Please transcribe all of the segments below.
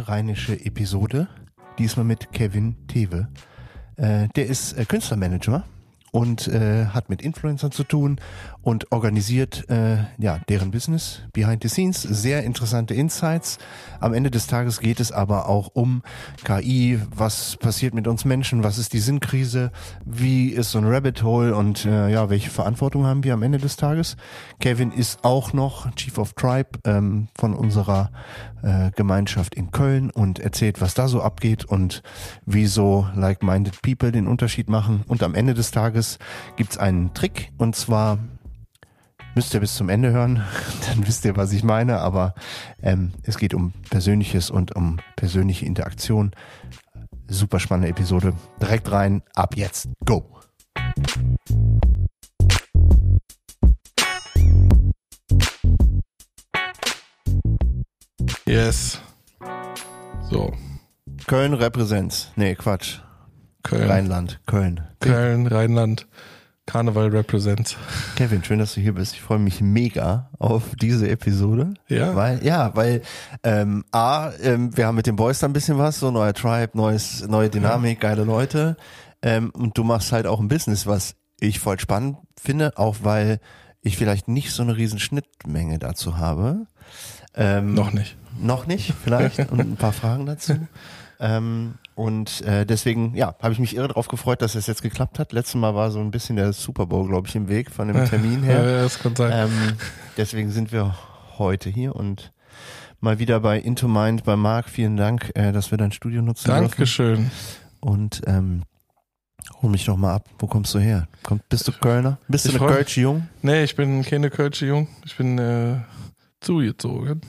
rheinische Episode, diesmal mit Kevin Thewe. Der ist Künstlermanager und hat mit Influencern zu tun und organisiert deren Business behind the scenes. Sehr interessante Insights. Am Ende des Tages geht es aber auch um KI. Was passiert mit uns Menschen? Was ist die Sinnkrise? Wie ist so ein Rabbit Hole? Und welche Verantwortung haben wir am Ende des Tages? Kevin ist auch noch Chief of Tribe von unserer Gemeinschaft in Köln und erzählt, was da so abgeht und wie so like-minded people den Unterschied machen. Und am Ende des Tages gibt's einen Trick, und zwar müsst ihr bis zum Ende hören, dann wisst ihr, was ich meine, aber es geht um Persönliches und um persönliche Interaktion. Super spannende Episode. Direkt rein, ab jetzt, go! Yes. So. Köln Repräsenz. Nee, Quatsch. Köln. Rheinland. Köln. Köln, Rheinland. Karneval Represents. Kevin, schön, dass du hier bist. Ich freue mich mega auf diese Episode. Ja? Weil wir haben mit den Boys da ein bisschen was, so neuer Tribe, neue Dynamik, geile Leute. Und du machst halt auch ein Business, was ich voll spannend finde, auch weil ich vielleicht nicht so eine riesen Schnittmenge dazu habe. Noch nicht. Noch nicht, vielleicht. Und ein paar Fragen dazu. Deswegen, habe ich mich irre drauf gefreut, dass es jetzt geklappt hat. Letztes Mal war so ein bisschen der Super Bowl, glaube ich, im Weg von dem Termin her. Ja, das kann sein. Deswegen sind wir heute hier und mal wieder bei Into Mind bei Marc. Vielen Dank, dass wir dein Studio nutzen Dankeschön. dürfen. Und hol mich doch mal ab. Wo kommst du her? Bist du Kölner? Bist du eine Kölsche Jung? Nee, ich bin keine Kölsche Jung. Ich bin zugezogen.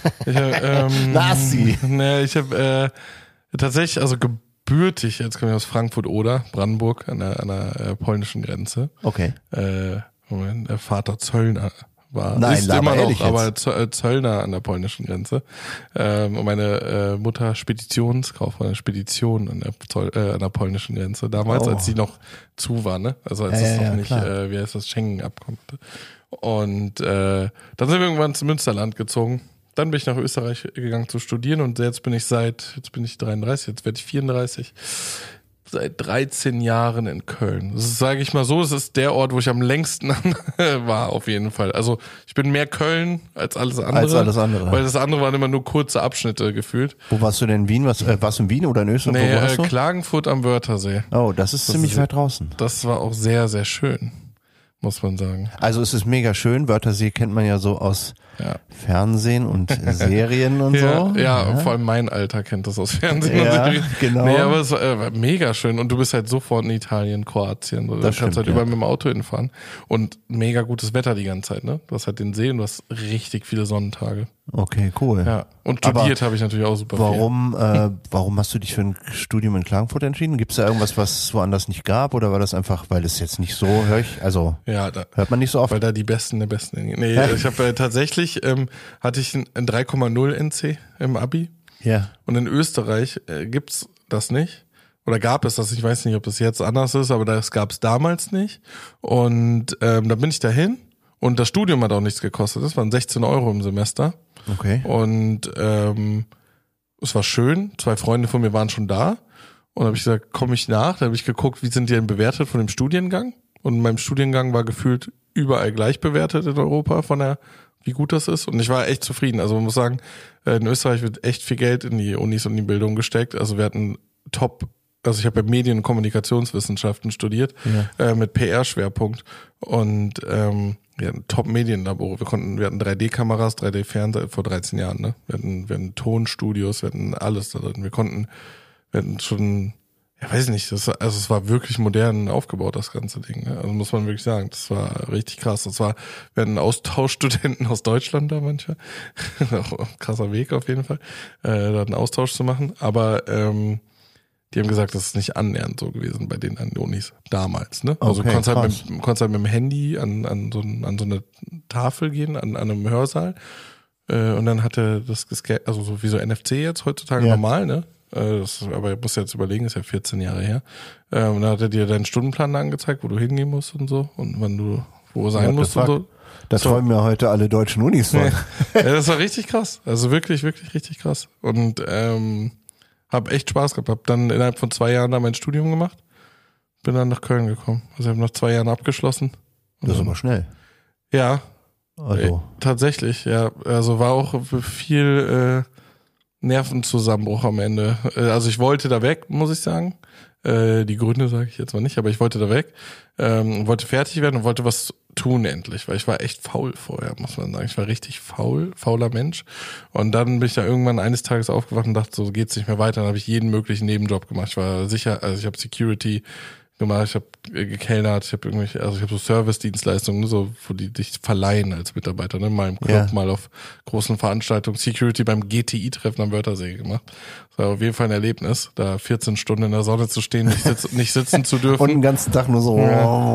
Nazi! Nee, ich habe tatsächlich, also gebürtig, jetzt komme ich aus Frankfurt-Oder, Brandenburg, an der polnischen Grenze. Okay. Moment, der Vater Zöllner war. Nein, ist immer noch, jetzt. aber Zöllner an der polnischen Grenze. Und meine Mutter Speditionskauffrau, eine Spedition an der polnischen Grenze. Damals, als sie noch zu war, ne? Also als es noch nicht, wie heißt das, Schengen-Abkommen. Und dann sind wir irgendwann zum Münsterland gezogen. Dann bin ich nach Österreich gegangen zu studieren und jetzt bin ich 33, jetzt werde ich 34. Seit 13 Jahren in Köln. Das sage ich mal so, es ist der Ort, wo ich am längsten war, auf jeden Fall. Also ich bin mehr Köln als alles andere. Weil das andere waren immer nur kurze Abschnitte gefühlt. Wo warst du denn in Wien? Warst du in Wien oder in Österreich? Nee, wo warst du? Klagenfurt am Wörthersee. Oh, das ist ziemlich weit draußen. Das war auch sehr, sehr schön, muss man sagen. Also es ist mega schön. Wörthersee kennt man ja so aus Fernsehen und Serien und so. Ja, vor allem mein Alter kennt das aus Fernsehen und Serien. Genau. Nee, aber es war mega schön und du bist halt sofort in Italien, Kroatien. Du kannst halt überall mit dem Auto hinfahren und mega gutes Wetter die ganze Zeit, ne? Du hast halt den See und du hast richtig viele Sonnentage. Okay, cool. Ja, und studiert habe ich natürlich auch super viel. Warum hast du dich für ein Studium in Klagenfurt entschieden? Gibt es da irgendwas, was es woanders nicht gab, oder war das einfach, weil es jetzt nicht so, hört man nicht so oft? Weil da die Besten der Besten hingehen. Nee, ich habe tatsächlich, hatte ich ein 3,0 NC im Abi. Ja. Und in Österreich gibt's das nicht. Oder gab es das? Ich weiß nicht, ob das jetzt anders ist, aber das gab es damals nicht. Und da bin ich dahin und das Studium hat auch nichts gekostet. Das waren 16 Euro im Semester. Okay. Und es war schön. 2 Freunde von mir waren schon da. Und da habe ich gesagt, komme ich nach? Da habe ich geguckt, wie sind die denn bewertet von dem Studiengang? Und in meinem Studiengang war gefühlt überall gleich bewertet in Europa wie gut das ist. Und ich war echt zufrieden. Also man muss sagen, in Österreich wird echt viel Geld in die Unis und die Bildung gesteckt. Also wir hatten ich habe ja Medien- und Kommunikationswissenschaften studiert, mit PR-Schwerpunkt. Und wir hatten Top-Medienlabore. Wir hatten 3D-Kameras, 3D-Fernseher vor 13 Jahren. Ne? Wir hatten Tonstudios, wir hatten alles da drin. Wir hatten schon, weiß nicht, es war wirklich modern aufgebaut, das ganze Ding. Ne? Also muss man wirklich sagen, das war richtig krass. Wir hatten Austauschstudenten aus Deutschland da manche. Auch krasser Weg auf jeden Fall, da einen Austausch zu machen. Aber die haben gesagt, das ist nicht annähernd so gewesen bei denen an den Unis damals. Ne? Also okay, konntest halt mit dem Handy an so eine Tafel gehen, an einem Hörsaal. Und dann hatte das gescannt, also so wie so NFC jetzt heutzutage normal, ne? Aber ich muss jetzt überlegen, ist ja 14 Jahre her. Und dann hat er dir deinen Stundenplan angezeigt, wo du hingehen musst und so und wann du wo sein musste. Und so. Da träumen ja heute alle deutschen Unis von. Ja, das war richtig krass. Also wirklich, wirklich richtig krass. Und habe echt Spaß gehabt. Habe dann innerhalb von 2 Jahren da mein Studium gemacht. Bin dann nach Köln gekommen. Also ich habe nach 2 Jahren abgeschlossen. Das ist aber schnell. Ja. Also. Tatsächlich, ja. Also war auch viel Nervenzusammenbruch am Ende. Also ich wollte da weg, muss ich sagen. Die Gründe sage ich jetzt mal nicht, aber ich wollte da weg. Wollte fertig werden und wollte was tun endlich, weil ich war echt faul vorher, muss man sagen. Ich war richtig fauler Mensch. Und dann bin ich da irgendwann eines Tages aufgewacht und dachte, so geht's nicht mehr weiter. Dann habe ich jeden möglichen Nebenjob gemacht. Ich war sicher, also ich habe Security gemacht, ich habe gekellnert, ich habe so Service-Dienstleistungen, so wo die dich verleihen als Mitarbeiter, ne, mal im Club, mal auf großen Veranstaltungen, Security beim GTI-Treffen am Wörthersee gemacht. Das war auf jeden Fall ein Erlebnis, da 14 Stunden in der Sonne zu stehen, nicht sitzen zu dürfen. Und den ganzen Tag nur so.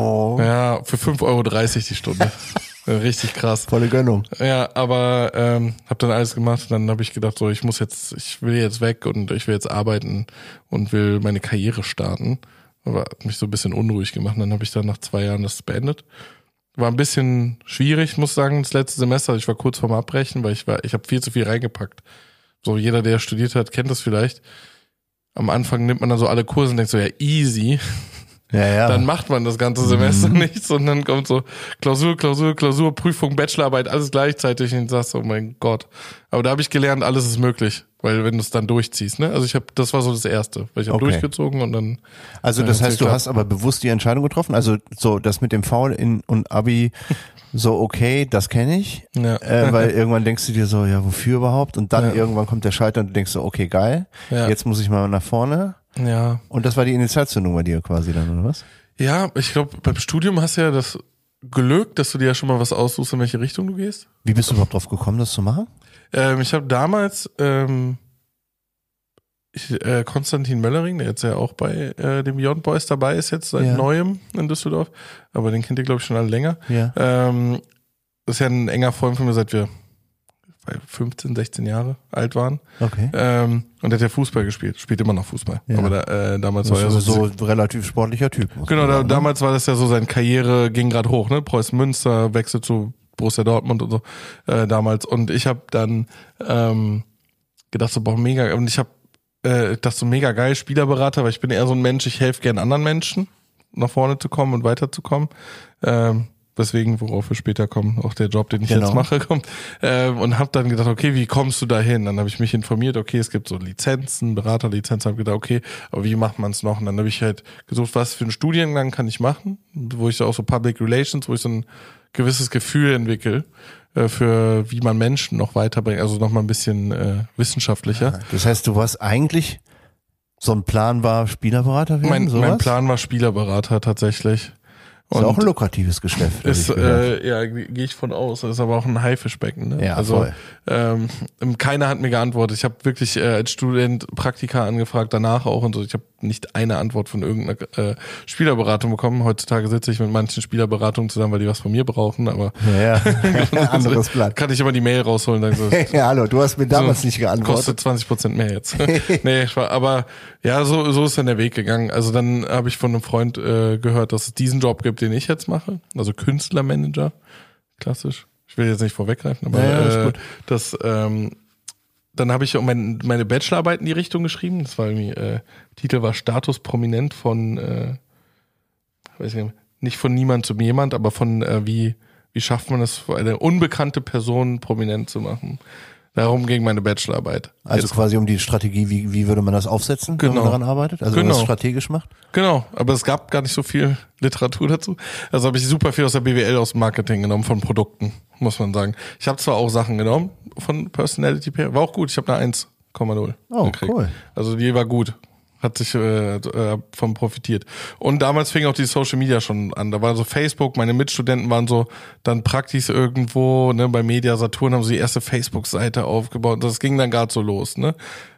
Ja, für 5,30 Euro die Stunde. Richtig krass. Volle Gönnung. Ja, aber habe dann alles gemacht und dann habe ich gedacht, so ich will jetzt weg und ich will jetzt arbeiten und will meine Karriere starten. Aber hat mich so ein bisschen unruhig gemacht. Und dann habe ich dann nach 2 Jahren das beendet. War ein bisschen schwierig, muss sagen, das letzte Semester. Ich war kurz vorm Abbrechen, weil ich habe viel zu viel reingepackt. So jeder, der studiert hat, kennt das vielleicht. Am Anfang nimmt man dann so alle Kurse und denkt so, ja, easy. Ja. Dann macht man das ganze Semester nichts und dann kommt so Klausur, Prüfung, Bachelorarbeit, alles gleichzeitig und du sagst, oh mein Gott. Aber da habe ich gelernt, alles ist möglich, weil wenn du es dann durchziehst, ne? Also das war so das Erste, weil ich habe durchgezogen und dann. Also das heißt, du hast aber bewusst die Entscheidung getroffen, also so das mit dem Faul und Abi, so okay, das kenne ich, ja. Weil irgendwann denkst du dir so, ja, wofür überhaupt? Und dann irgendwann kommt der Scheiter und du denkst so, okay, geil, jetzt muss ich mal nach vorne. Ja. Und das war die Initialzündung bei dir quasi dann, oder was? Ja, ich glaube, beim Studium hast du ja das Glück, dass du dir ja schon mal was aussuchst, in welche Richtung du gehst. Wie bist du überhaupt drauf gekommen, das zu machen? Ich habe damals Konstantin Möllering, der jetzt ja auch bei den Beyond Boys dabei ist jetzt seit Neuem in Düsseldorf, aber den kennt ihr, glaube ich, schon alle länger. Ja. Das ist ja ein enger Freund von mir, seit wir 15, 16 Jahre alt waren. Okay. Und der hat ja Fußball gespielt, spielt immer noch Fußball. Ja. Aber damals war er so ein relativ sportlicher Typ. Genau, damals war das ja so, seine Karriere ging gerade hoch, ne? Preußen Münster, Wechsel zu Borussia Dortmund und so damals. Und ich habe dann gedacht, so mega, und ich habe dachte so mega geil, Spielerberater, weil ich bin eher so ein Mensch, ich helfe gern anderen Menschen, nach vorne zu kommen und weiterzukommen. Deswegen, worauf wir später kommen, auch der Job, den ich jetzt mache, kommt. Und habe dann gedacht, okay, wie kommst du da hin? Dann habe ich mich informiert, okay, es gibt so Lizenzen, Beraterlizenzen, habe gedacht, okay, aber wie macht man es noch? Und dann habe ich halt gesucht, was für einen Studiengang kann ich machen, wo ich auch so Public Relations, wo ich so ein gewisses Gefühl entwickle, für wie man Menschen noch weiterbringt, also noch mal ein bisschen wissenschaftlicher. Das heißt, du warst eigentlich, so ein Plan war Spielerberater werden? Mein Plan war Spielerberater tatsächlich. Ist auch ein lukratives Geschäft. Ja, gehe ich von aus. Das ist aber auch ein Haifischbecken. Ne? Ja, also voll. Keiner hat mir geantwortet. Ich habe wirklich als Student Praktika angefragt, danach auch und so. Ich habe nicht eine Antwort von irgendeiner Spielerberatung bekommen. Heutzutage sitze ich mit manchen Spielerberatungen zusammen, weil die was von mir brauchen. Aber anderes Blatt. Kann ich immer die Mail rausholen. Dann so, ja, hallo, du hast mir damals nicht geantwortet. Kostet 20% mehr jetzt. Nee, aber ja, so ist dann der Weg gegangen. Also dann habe ich von einem Freund gehört, dass es diesen Job gibt, den ich jetzt mache, also Künstlermanager, klassisch. Ich will jetzt nicht vorweggreifen, aber ist gut. Das, dann habe ich auch meine Bachelorarbeit in die Richtung geschrieben. Das war irgendwie, Titel war Status prominent von, weiß nicht von niemand zu jemand, aber von wie schafft man es, für eine unbekannte Person prominent zu machen. Darum ging meine Bachelorarbeit. Also jetzt quasi um die Strategie, wie würde man das aufsetzen, wenn man daran arbeitet? Also wenn man das strategisch macht? Genau, aber es gab gar nicht so viel Literatur dazu. Also habe ich super viel aus der BWL, aus dem Marketing genommen, von Produkten, muss man sagen. Ich habe zwar auch Sachen genommen von Personality Pair, war auch gut, ich habe eine 1,0 gekriegt. Cool. Also die war gut. Hat sich von profitiert. Und damals fing auch die Social Media schon an. Da war so Facebook, meine Mitstudenten waren so dann Praktis irgendwo, ne, bei Media Saturn haben sie die erste Facebook-Seite aufgebaut. Das ging dann gerade so los, ne?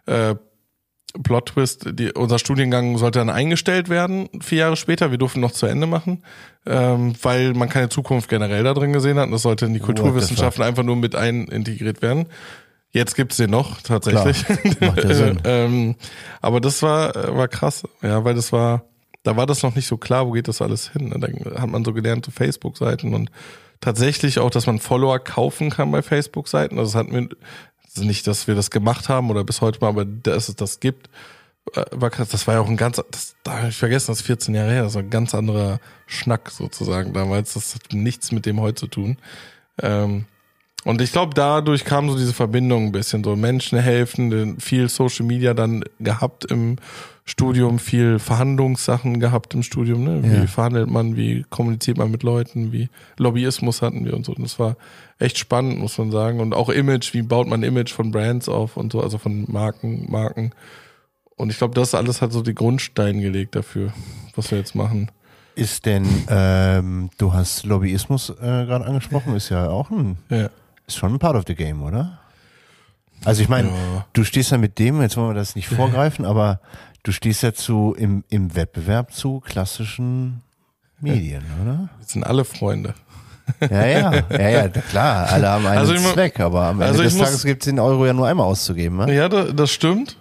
Plot Twist, unser Studiengang sollte dann eingestellt werden, 4 Jahre später. Wir durften noch zu Ende machen, weil man keine Zukunft generell da drin gesehen hat. Und das sollte in die Kulturwissenschaften einfach nur mit integriert werden. Jetzt gibt's den noch, tatsächlich. Klar, macht ja Sinn. Aber das war krass, ja, weil das war da war das noch nicht so klar, wo geht das alles hin. Ne? Da hat man so gelernt, so Facebook-Seiten und tatsächlich auch, dass man Follower kaufen kann bei Facebook-Seiten. Also es hat mir, also nicht, dass wir das gemacht haben oder bis heute mal, aber dass es das gibt, war krass. Das war ja auch ein ganz, da habe ich vergessen, das ist 14 Jahre her, das war ein ganz anderer Schnack sozusagen damals. Das hat nichts mit dem heute zu tun. Und ich glaube, dadurch kam so diese Verbindung ein bisschen, so Menschen helfen, viel Social Media dann gehabt im Studium, viel Verhandlungssachen gehabt im Studium, ne? Wie verhandelt man, wie kommuniziert man mit Leuten, wie Lobbyismus hatten wir und so. Und das war echt spannend, muss man sagen. Und auch Image, wie baut man Image von Brands auf und so, also von Marken. Und ich glaube, das alles hat so die Grundsteine gelegt dafür, was wir jetzt machen. Ist denn, du hast Lobbyismus gerade angesprochen, ist ja auch ist schon ein Part of the game, oder? Also ich meine, du stehst ja mit dem, jetzt wollen wir das nicht vorgreifen, aber du stehst ja im Wettbewerb zu klassischen Medien, oder? Wir sind alle Freunde. Ja, klar, alle haben einen Zweck, aber am Ende des Tages gibt es den Euro ja nur einmal auszugeben, ne? Ja, das stimmt.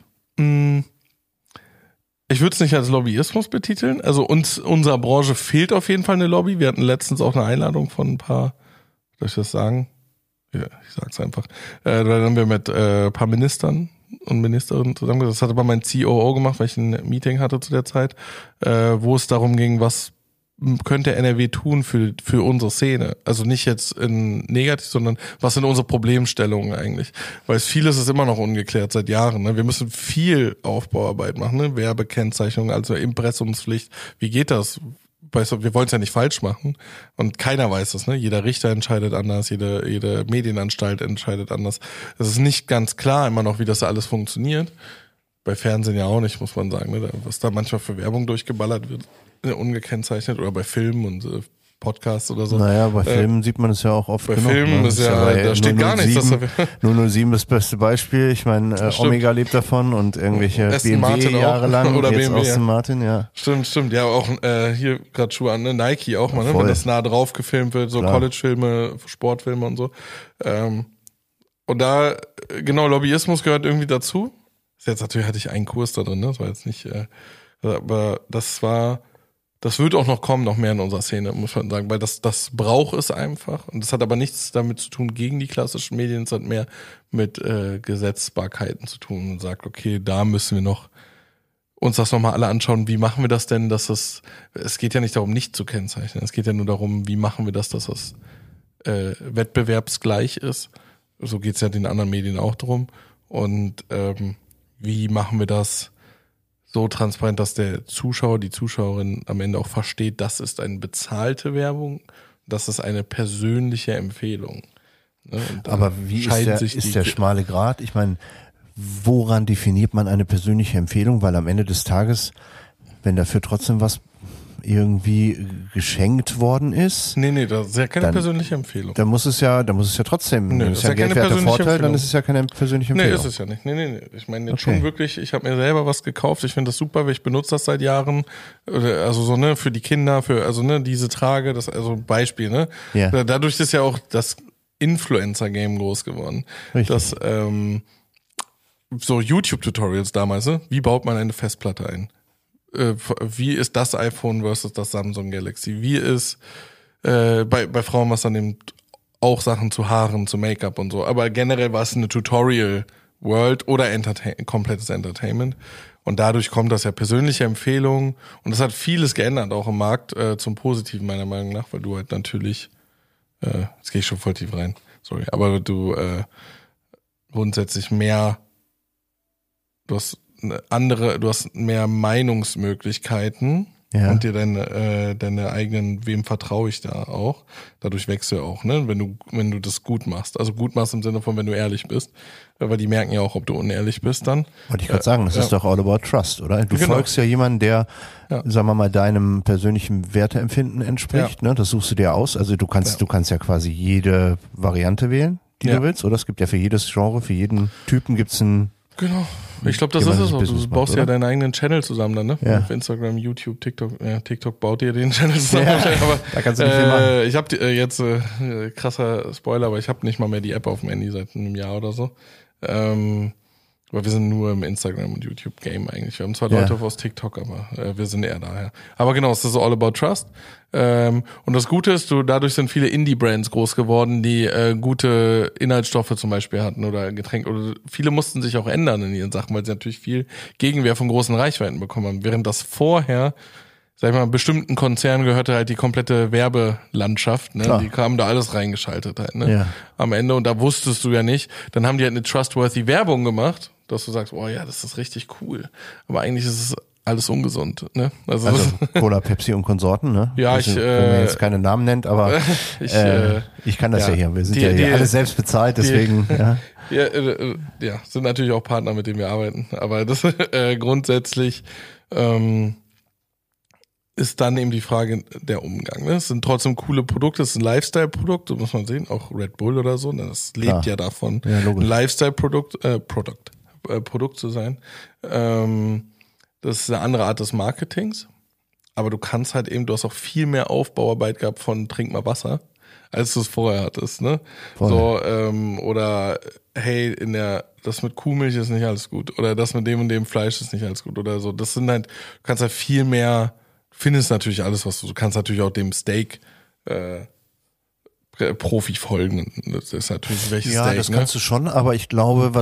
Ich würde es nicht als Lobbyismus betiteln. Also unserer Branche fehlt auf jeden Fall eine Lobby. Wir hatten letztens auch eine Einladung von ein paar, soll ich das sagen? Ja, ich sag's einfach. Da haben wir mit paar Ministern und Ministerinnen zusammengesetzt. Das hat aber mein COO gemacht, weil ich ein Meeting hatte zu der Zeit, wo es darum ging, was könnte NRW tun für unsere Szene? Also nicht jetzt in negativ, sondern was sind unsere Problemstellungen eigentlich? Weil vieles ist immer noch ungeklärt seit Jahren. Ne? Wir müssen viel Aufbauarbeit machen, ne? Werbekennzeichnung, also Impressumspflicht. Wie geht das? Weißt du, wir wollen es ja nicht falsch machen und keiner weiß das. Ne? Jeder Richter entscheidet anders, jede Medienanstalt entscheidet anders. Es ist nicht ganz klar immer noch, wie das alles funktioniert. Bei Fernsehen ja auch nicht, muss man sagen. Ne? Was da manchmal für Werbung durchgeballert wird. Ungekennzeichnet oder bei Filmen und Podcasts oder so. Naja, bei Filmen sieht man es ja auch oft bei genug. Filmen ne? ist ja, da steht gar nichts. 007 das beste Beispiel. Ich meine, Omega lebt davon und irgendwelche Aston BMW Martin jahrelang oder jetzt BMW, Aston Martin, ja. Stimmt. Ja, auch hier gerade Schuhe an, ne? Nike auch mal, ne? Wenn das nah drauf gefilmt wird, so College-Filme, Sportfilme und so. Und da, genau, Lobbyismus gehört irgendwie dazu. Jetzt natürlich hatte ich einen Kurs da drin, ne? Das war jetzt nicht, aber das wird auch noch kommen, noch mehr in unserer Szene, muss man sagen, weil das braucht es einfach. Und das hat aber nichts damit zu tun gegen die klassischen Medien, es hat mehr mit Gesetzbarkeiten zu tun und sagt, okay, da müssen wir noch uns das nochmal alle anschauen, wie machen wir das denn, dass es geht ja nicht darum, nicht zu kennzeichnen, es geht ja nur darum, wie machen wir das, dass das wettbewerbsgleich ist. So geht's ja den anderen Medien auch drum. Und wie machen wir das so transparent, dass der Zuschauer, die Zuschauerin am Ende auch versteht, das ist eine bezahlte Werbung, das ist eine persönliche Empfehlung. Ne? Aber wie ist der schmale Grat? Ich meine, woran definiert man eine persönliche Empfehlung? Weil am Ende des Tages, wenn dafür trotzdem was irgendwie geschenkt worden ist. Nee, das ist ja keine persönliche Empfehlung. Da muss es ja trotzdem, das ist ja ein geldwerter Vorteil, dann ist es ja keine persönliche Empfehlung. Nee, ist es ja nicht. Nee. Ich meine jetzt schon wirklich, ich habe mir selber was gekauft, ich finde das super, weil ich benutze das seit Jahren, also so, ne, für die Kinder, diese Trage, das, also Beispiel, ne. Ja. Dadurch ist ja auch das Influencer-Game groß geworden. Richtig. Das, so YouTube-Tutorials damals, ne? Wie baut man eine Festplatte ein? Wie ist das iPhone versus das Samsung Galaxy? Wie ist bei Frauen was dann eben auch Sachen zu Haaren, zu Make-up und so. Aber generell war es eine Tutorial-World oder komplettes Entertainment. Und dadurch kommt das ja persönliche Empfehlungen. Und das hat vieles geändert, auch im Markt zum Positiven meiner Meinung nach, weil du halt natürlich, jetzt gehe ich schon voll tief rein, sorry, aber du grundsätzlich mehr, du hast mehr Meinungsmöglichkeiten und dir deine eigenen, wem vertraue ich da auch. Dadurch wächst du auch, ne, wenn du das gut machst. Also gut machst im Sinne von, wenn du ehrlich bist. Weil die merken ja auch, ob du unehrlich bist dann. Wollte ich gerade sagen, das ist doch all about trust, oder? Du folgst ja jemandem, der, sagen wir mal, deinem persönlichen Werteempfinden entspricht, ne? Das suchst du dir aus. Also du kannst ja quasi jede Variante wählen, die du willst, oder? Es gibt ja für jedes Genre, für jeden Typen gibt's ein. Genau. Ich glaube, das ist es auch. Du baust ja deinen eigenen Channel zusammen dann, ne? Ja. Auf Instagram, YouTube, TikTok. Ja, TikTok baut dir den Channel zusammen. Ja, aber da kannst du nicht viel machen. Ich habe jetzt krasser Spoiler, aber ich habe nicht mal mehr die App auf dem Handy seit einem Jahr oder so. Aber wir sind nur im Instagram- und YouTube-Game eigentlich. Wir haben zwar Leute aus TikTok, aber wir sind eher daher. Aber genau, es ist all about trust. Und das Gute ist, dadurch sind viele Indie-Brands groß geworden, die gute Inhaltsstoffe zum Beispiel hatten oder Getränke. Oder viele mussten sich auch ändern in ihren Sachen, weil sie natürlich viel Gegenwehr von großen Reichweiten bekommen haben. Während das vorher, sag ich mal, bestimmten Konzernen gehörte halt die komplette Werbelandschaft, ne? Die haben da alles reingeschaltet halt, ne? Ja. Am Ende, und da wusstest du ja nicht, dann haben die halt eine trustworthy Werbung gemacht, dass du sagst, oh ja, das ist richtig cool. Aber eigentlich ist es alles ungesund, ne? Also Cola, Pepsi und Konsorten, ne? Ja, wenn man jetzt keine Namen nennt, aber ich kann das ja hier. Wir sind ja hier alle selbst bezahlt, deswegen, ja, sind natürlich auch Partner, mit denen wir arbeiten. Aber das grundsätzlich ist dann eben die Frage der Umgang. Ne? Es sind trotzdem coole Produkte, es ist ein Lifestyle-Produkt, so muss man sehen, auch Red Bull oder so, das lebt ja davon, ein Lifestyle-Produkt Produkt zu sein. Das ist eine andere Art des Marketings, aber du kannst halt eben, du hast auch viel mehr Aufbauarbeit gehabt von trink mal Wasser, als du es vorher hattest, ne? So, oder hey, das mit Kuhmilch ist nicht alles gut, oder das mit dem und dem Fleisch ist nicht alles gut, oder so. Das sind halt, du kannst halt viel mehr, findest natürlich alles, was du kannst natürlich auch dem Steak Profi folgen. Das ist natürlich welches Steak. Ja, das kannst du schon, aber ich glaube,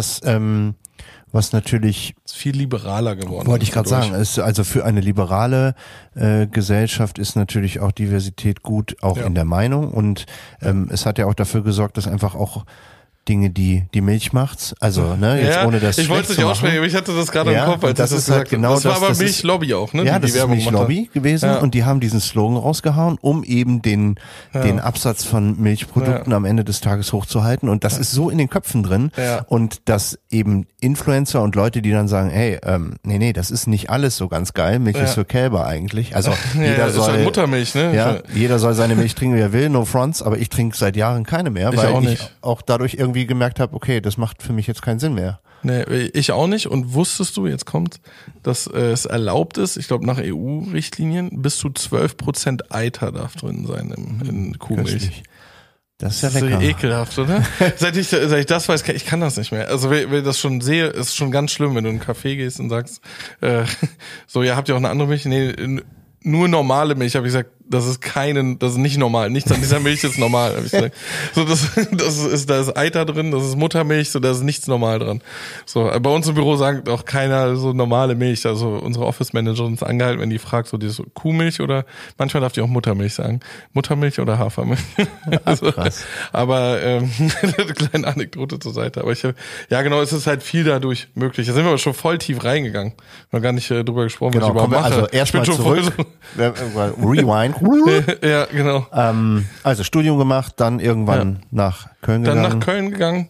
was natürlich ist viel liberaler geworden. Wollte ich gerade sagen, ist also für eine liberale Gesellschaft ist natürlich auch Diversität gut, auch in der Meinung, und es hat ja auch dafür gesorgt, dass einfach auch Dinge, die Milch macht's, also ne, jetzt ohne das ich wollte es nicht aussprechen, aber ich hatte das gerade im Kopf, als das ist halt genau das war aber Milchlobby auch, ne? Ja, das ist Milchlobby gewesen und die haben diesen Slogan rausgehauen, um eben den Absatz von Milchprodukten am Ende des Tages hochzuhalten, und das ist so in den Köpfen drin und dass eben Influencer und Leute, die dann sagen, hey, nee, das ist nicht alles so ganz geil, Milch ist für Kälber eigentlich, also jeder soll, ist halt Muttermilch, ne? Ja, jeder soll seine Milch trinken, wie er will, no fronts, aber ich trinke seit Jahren keine mehr, weil ich auch dadurch irgendwie gemerkt habe, okay, das macht für mich jetzt keinen Sinn mehr. Nee, ich auch nicht. Und wusstest du, jetzt kommt, dass es erlaubt ist, ich glaube nach EU-Richtlinien, bis zu 12% Eiter darf drin sein in Kuhmilch. Köstlich. Das ist ja lecker. Das ist ekelhaft, oder? seit ich das weiß, ich kann das nicht mehr. Also wenn ich das schon sehe, ist schon ganz schlimm, wenn du in einen Café gehst und sagst, so, ja, habt ihr auch eine andere Milch? Nee, nur normale Milch, habe ich gesagt, das ist nicht normal. Nichts an dieser Milch ist normal, habe ich gesagt. So, da ist Eiter drin, das ist Muttermilch, so, da ist nichts normal dran. So, bei uns im Büro sagt auch keiner so normale Milch. Also unsere Office-Managerin ist angehalten, wenn die fragt, so, die ist so Kuhmilch oder, manchmal darf die auch Muttermilch sagen. Muttermilch oder Hafermilch. Also, krass. Aber, eine kleine Anekdote zur Seite. Aber genau, es ist halt viel dadurch möglich. Da sind wir aber schon voll tief reingegangen. Wir haben gar nicht drüber gesprochen, was ich überhaupt mache. Also erstmal zurück. Rewind. Ja, genau. Also Studium gemacht, dann irgendwann nach Köln gegangen. Dann nach Köln gegangen.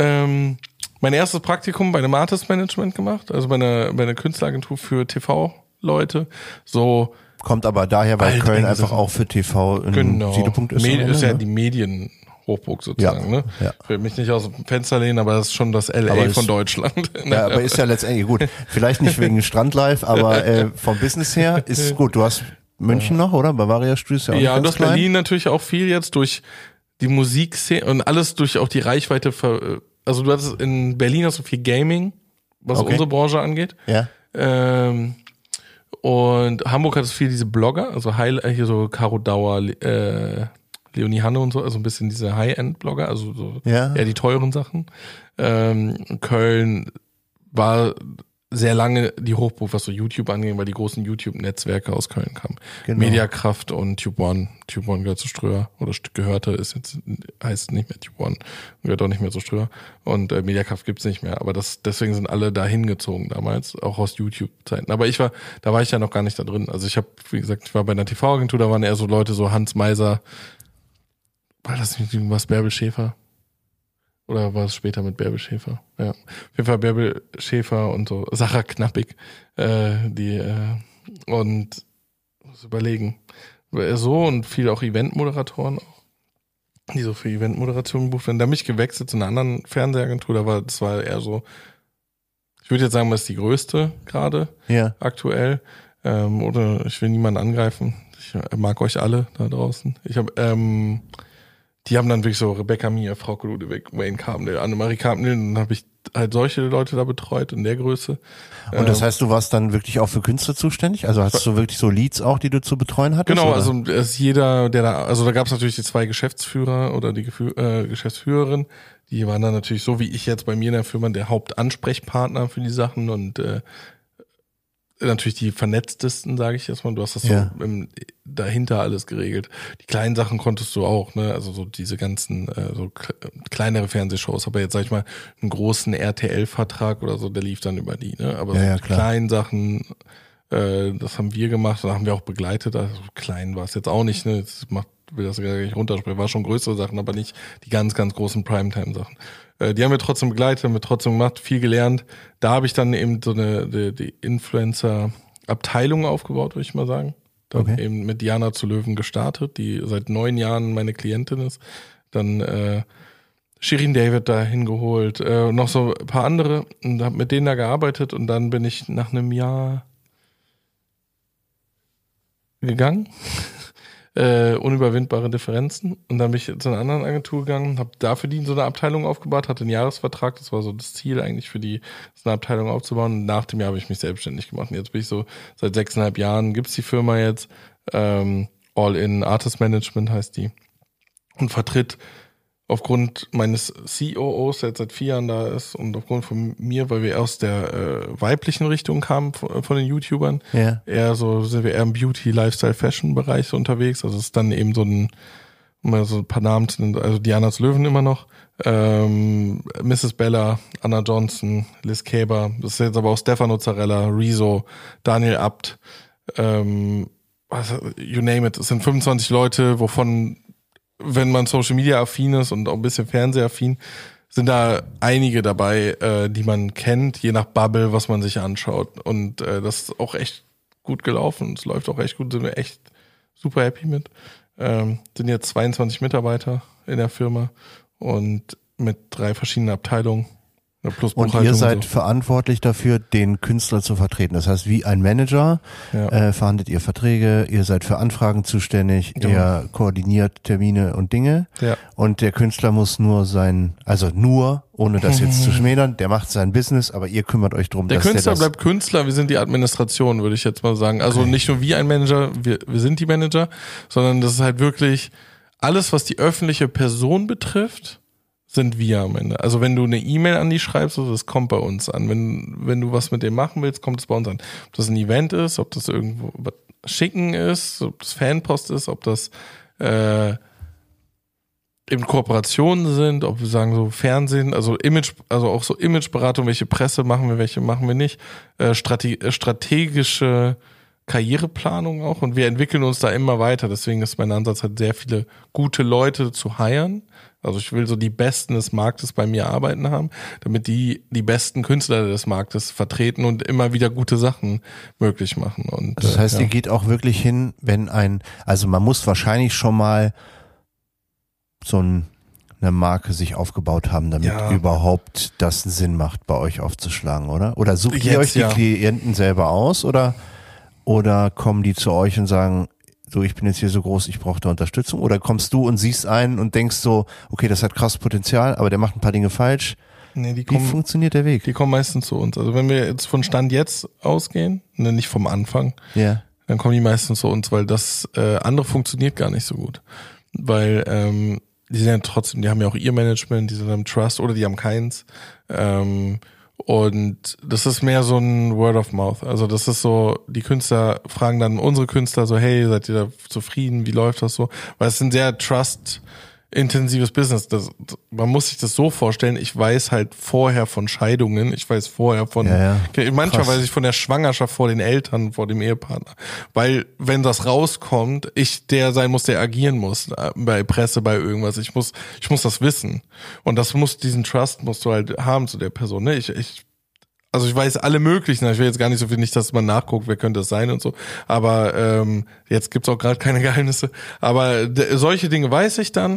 Mein erstes Praktikum bei einem Artist Management gemacht, also bei einer Künstleragentur für TV-Leute. So kommt aber daher, weil Köln einfach auch für TV ein Siedepunkt ist. Ist ja die Medienhochburg sozusagen. Ne? Ja. Ich will mich nicht aus dem Fenster lehnen, aber das ist schon das LA von Deutschland. Ja, aber ist ja letztendlich gut. Vielleicht nicht wegen Strandlife, aber vom Business her ist gut. Du hast München noch, oder? Bavaria Studios ja auch. Ja, und das Berlin natürlich auch viel jetzt durch die Musikszene und alles durch auch die Reichweite. Also du hattest in Berlin hast du viel Gaming, was unsere Branche angeht. Ja. Und Hamburg hat es viel diese Blogger, also hier so Caro Dauer, Leonie Hanne und so, also ein bisschen diese High-End-Blogger, also so eher die teuren Sachen. Köln war sehr lange die Hochburg, was so YouTube angeht, weil die großen YouTube-Netzwerke aus Köln kamen. Genau. Mediakraft und Tube One. Tube One gehört zu Ströer oder gehörte, heißt nicht mehr Tube One, gehört auch nicht mehr zu Ströer. Und Mediakraft gibt's nicht mehr. Aber deswegen sind alle da hingezogen damals, auch aus YouTube-Zeiten. Aber da war ich ja noch gar nicht da drin. Also wie gesagt, ich war bei einer TV-Agentur, da waren eher so Leute, so Hans Meiser, war das nicht irgendwas, Bärbel Schäfer? Oder war es später mit Bärbel Schäfer? Ja. Auf jeden Fall Bärbel Schäfer und so. Sarah Knappig. Und muss überlegen. So und viele auch Eventmoderatoren auch, die so für Eventmoderation gebucht werden. Da bin ich gewechselt zu einer anderen Fernsehagentur. Das war eher so, ich würde jetzt sagen, das ist die größte gerade aktuell. Oder ich will niemanden angreifen. Ich mag euch alle da draußen. Ich habe die haben dann wirklich so Rebecca Mia, Frauke Ludewig, Wayne Carpendale, Annemarie Carpendale, dann habe ich halt solche Leute da betreut in der Größe. Und das heißt, du warst dann wirklich auch für Künstler zuständig? Also hast du wirklich so Leads auch, die du zu betreuen hattest? Genau, oder? also ist jeder, der da, also da gab es natürlich die 2 Geschäftsführer oder die Geschäftsführerin, die waren dann natürlich so wie ich jetzt bei mir in der Firma der Hauptansprechpartner für die Sachen und natürlich die vernetztesten, sage ich jetzt mal. Du hast das so dahinter alles geregelt. Die kleinen Sachen konntest du auch, ne? Also so diese ganzen so kleinere Fernsehshows. Aber jetzt sag ich mal einen großen RTL-Vertrag oder so, der lief dann über die, ne? Aber so die kleinen Sachen, das haben wir gemacht und haben wir auch begleitet. Also klein war es jetzt auch nicht, ne? Das will das gar nicht runtersprechen. War schon größere Sachen, aber nicht die ganz, ganz großen Primetime-Sachen. Die haben wir trotzdem begleitet, haben wir trotzdem gemacht, viel gelernt. Da habe ich dann eben so die Influencer-Abteilung aufgebaut, würde ich mal sagen. Dann eben mit Diana zu Löwen gestartet, die seit 9 Jahren meine Klientin ist. Dann Shirin David da hingeholt, noch so ein paar andere und habe mit denen da gearbeitet und dann bin ich nach einem Jahr gegangen. Unüberwindbare Differenzen und dann bin ich zu einer anderen Agentur gegangen, habe da für die so eine Abteilung aufgebaut, hatte einen Jahresvertrag, das war so das Ziel eigentlich für die, so eine Abteilung aufzubauen und nach dem Jahr habe ich mich selbstständig gemacht und jetzt bin ich so, seit 6,5 Jahren gibt's die Firma jetzt, All-in Artist Management heißt die und vertritt aufgrund meines COOs, der jetzt seit 4 Jahren da ist und aufgrund von mir, weil wir aus der weiblichen Richtung kamen von den YouTubern, sind wir eher im Beauty, Lifestyle, Fashion Bereich so unterwegs, also es ist dann eben so ein paar Namen, also Diana zu Löwen immer noch, Mrs. Bella, Anna Johnson, Liz Caber, das ist jetzt aber auch Stefano Zarella, Rezo, Daniel Abt, you name it, es sind 25 Leute, wovon, wenn man Social Media affin ist und auch ein bisschen Fernsehaffin, sind da einige dabei, die man kennt, je nach Bubble, was man sich anschaut. Und das ist auch echt gut gelaufen. Es läuft auch echt gut, sind wir echt super happy mit. Sind jetzt 22 Mitarbeiter in der Firma und mit 3 verschiedenen Abteilungen. Plus und ihr seid verantwortlich dafür, den Künstler zu vertreten. Das heißt, wie ein Manager verhandelt ihr Verträge, ihr seid für Anfragen zuständig, ihr koordiniert Termine und Dinge. Ja. Und der Künstler muss ohne das jetzt zu schmälern, der macht sein Business, aber ihr kümmert euch drum. Der Künstler bleibt Künstler, wir sind die Administration, würde ich jetzt mal sagen. Also nicht nur wie ein Manager, wir sind die Manager, sondern das ist halt wirklich alles, was die öffentliche Person betrifft, sind wir am Ende. Also wenn du eine E-Mail an die schreibst, das kommt bei uns an. Wenn du was mit dem machen willst, kommt es bei uns an. Ob das ein Event ist, ob das irgendwo was schicken ist, ob das Fanpost ist, ob das eben Kooperationen sind, ob wir sagen so Fernsehen, also auch so Imageberatung, welche Presse machen wir, welche machen wir nicht, strategische Karriereplanung auch und wir entwickeln uns da immer weiter. Deswegen ist mein Ansatz halt sehr viele gute Leute zu hiren. Also ich will so die Besten des Marktes bei mir arbeiten haben, damit die besten Künstler des Marktes vertreten und immer wieder gute Sachen möglich machen. Und das heißt, ihr geht auch wirklich hin, also man muss wahrscheinlich schon mal so eine Marke sich aufgebaut haben, damit überhaupt das Sinn macht, bei euch aufzuschlagen, oder? Oder sucht ihr euch die Klienten selber aus oder kommen die zu euch und sagen, so, ich bin jetzt hier so groß, ich brauche da Unterstützung? Oder kommst du und siehst einen und denkst so, okay, das hat krasses Potenzial, aber der macht ein paar Dinge falsch. Wie funktioniert der Weg? Die kommen meistens zu uns. Also wenn wir jetzt von Stand jetzt ausgehen, nicht vom Anfang, dann kommen die meistens zu uns, weil das andere funktioniert gar nicht so gut. Weil die sind ja trotzdem, die haben ja auch ihr Management, die sind am Trust oder die haben keins. Und das ist mehr so ein Word of Mouth. Also das ist so, die Künstler fragen dann unsere Künstler so, hey, seid ihr da zufrieden? Wie läuft das so? Weil es ist ein sehr trust-intensives Business. Man muss sich das so vorstellen, ich weiß halt vorher von Scheidungen, ich weiß vorher von, manchmal weiß ich von der Schwangerschaft vor den Eltern, vor dem Ehepartner. Weil, wenn das rauskommt, ich der sein muss, der agieren muss, bei Presse, bei irgendwas. Ich muss das wissen. Und diesen Trust musst du halt haben zu der Person, ne? Also ich weiß alle möglichen, ich will jetzt gar nicht so viel, nicht, dass man nachguckt, wer könnte es sein und so, aber jetzt gibt's auch gerade keine Geheimnisse, aber solche Dinge weiß ich dann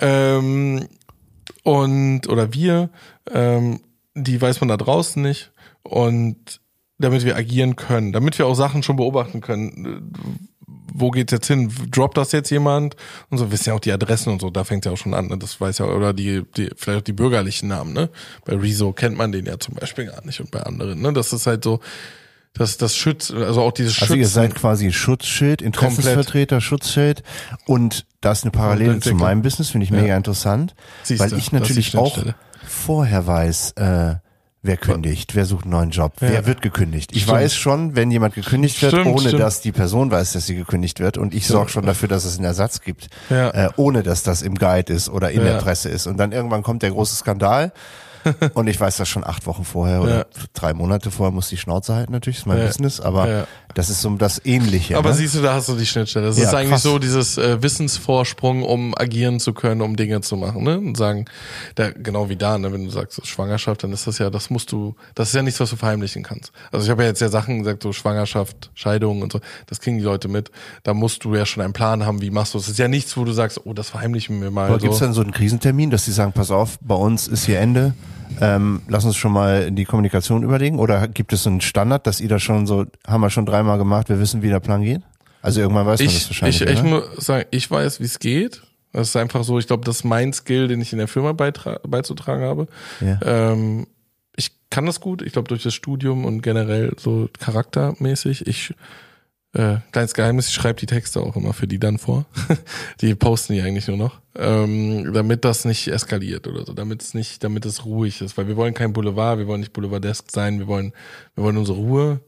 die weiß man da draußen nicht und damit wir agieren können, damit wir auch Sachen schon beobachten können, wo geht's jetzt hin? Droppt das jetzt jemand? Und so, wissen ja auch die Adressen und so, da fängt's ja auch schon an, ne? Das weiß ja, oder vielleicht auch die bürgerlichen Namen, ne? Bei Rezo kennt man den ja zum Beispiel gar nicht und bei anderen, ne? Das ist halt so, das schützt, also auch dieses Also ihr seid quasi Schutzschild, Interessensvertreter, Schutzschild, und da ist eine Parallele zu meinem Business, finde ich mega interessant, weil ich natürlich auch vorher weiß, wer kündigt, wer sucht einen neuen Job, wer wird gekündigt. Ich weiß schon, wenn jemand gekündigt wird, ohne dass die Person weiß, dass sie gekündigt wird, und ich sorge schon dafür, dass es einen Ersatz gibt, ohne dass das im Guide ist oder in der Presse ist. Und dann irgendwann kommt der große Skandal. Und ich weiß das schon 8 Wochen vorher oder 3 Monate vorher, muss die Schnauze halten, natürlich, ist mein Business, aber das ist so das Ähnliche. Aber ne? Siehst du, da hast du die Schnittstelle. Das ist eigentlich krass. So dieses Wissensvorsprung, um agieren zu können, um Dinge zu machen, ne? Und sagen, genau wie da, ne, wenn du sagst, Schwangerschaft, dann ist das ja, das ist ja nichts, was du verheimlichen kannst. Also ich habe ja jetzt ja Sachen gesagt, so Schwangerschaft, Scheidung und so, das kriegen die Leute mit. Da musst du ja schon einen Plan haben, wie machst du es. Das ist ja nichts, wo du sagst, oh, das verheimlichen wir mal. Aber gibt's dann so einen Krisentermin, dass die sagen, pass auf, bei uns ist hier Ende, lass uns schon mal die Kommunikation überlegen, oder gibt es so einen Standard, dass ihr da schon so, haben wir schon 3-mal gemacht, wir wissen, wie der Plan geht? Also irgendwann weiß man das wahrscheinlich. Ich muss sagen, ich weiß, wie es geht. Das ist einfach so, ich glaube, das ist mein Skill, den ich in der Firma beizutragen habe. Ja. Ich kann das gut, ich glaube durch das Studium und generell so charaktermäßig. Kleines Geheimnis, ich schreibe die Texte auch immer für die dann vor. Die posten die eigentlich nur noch. Damit das nicht eskaliert oder so, damit es ruhig ist. Weil wir wollen kein Boulevard, wir wollen nicht boulevardesk sein, wir wollen unsere Ruhe.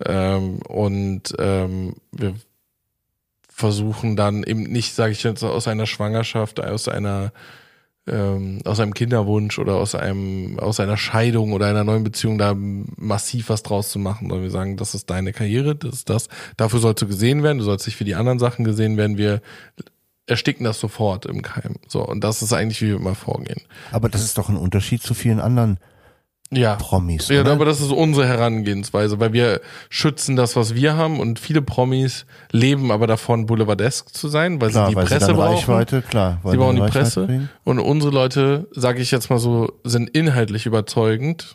Wir versuchen dann eben nicht, sage ich jetzt, aus einer Schwangerschaft, aus einem Kinderwunsch oder aus einer Scheidung oder einer neuen Beziehung da massiv was draus zu machen, sondern wir sagen, das ist deine Karriere, das ist das, dafür sollst du gesehen werden, du sollst nicht für die anderen Sachen gesehen werden, wir ersticken das sofort im Keim. So, und das ist eigentlich, wie wir immer vorgehen. Aber das ist doch ein Unterschied zu vielen anderen Promis, ja, oder? Aber das ist unsere Herangehensweise, weil wir schützen das, was wir haben, und viele Promis leben aber davon, boulevardesk zu sein, weil sie die Presse brauchen. Reichweite, klar, sie brauchen die Presse bringen. Und unsere Leute, sage ich jetzt mal so, sind inhaltlich überzeugend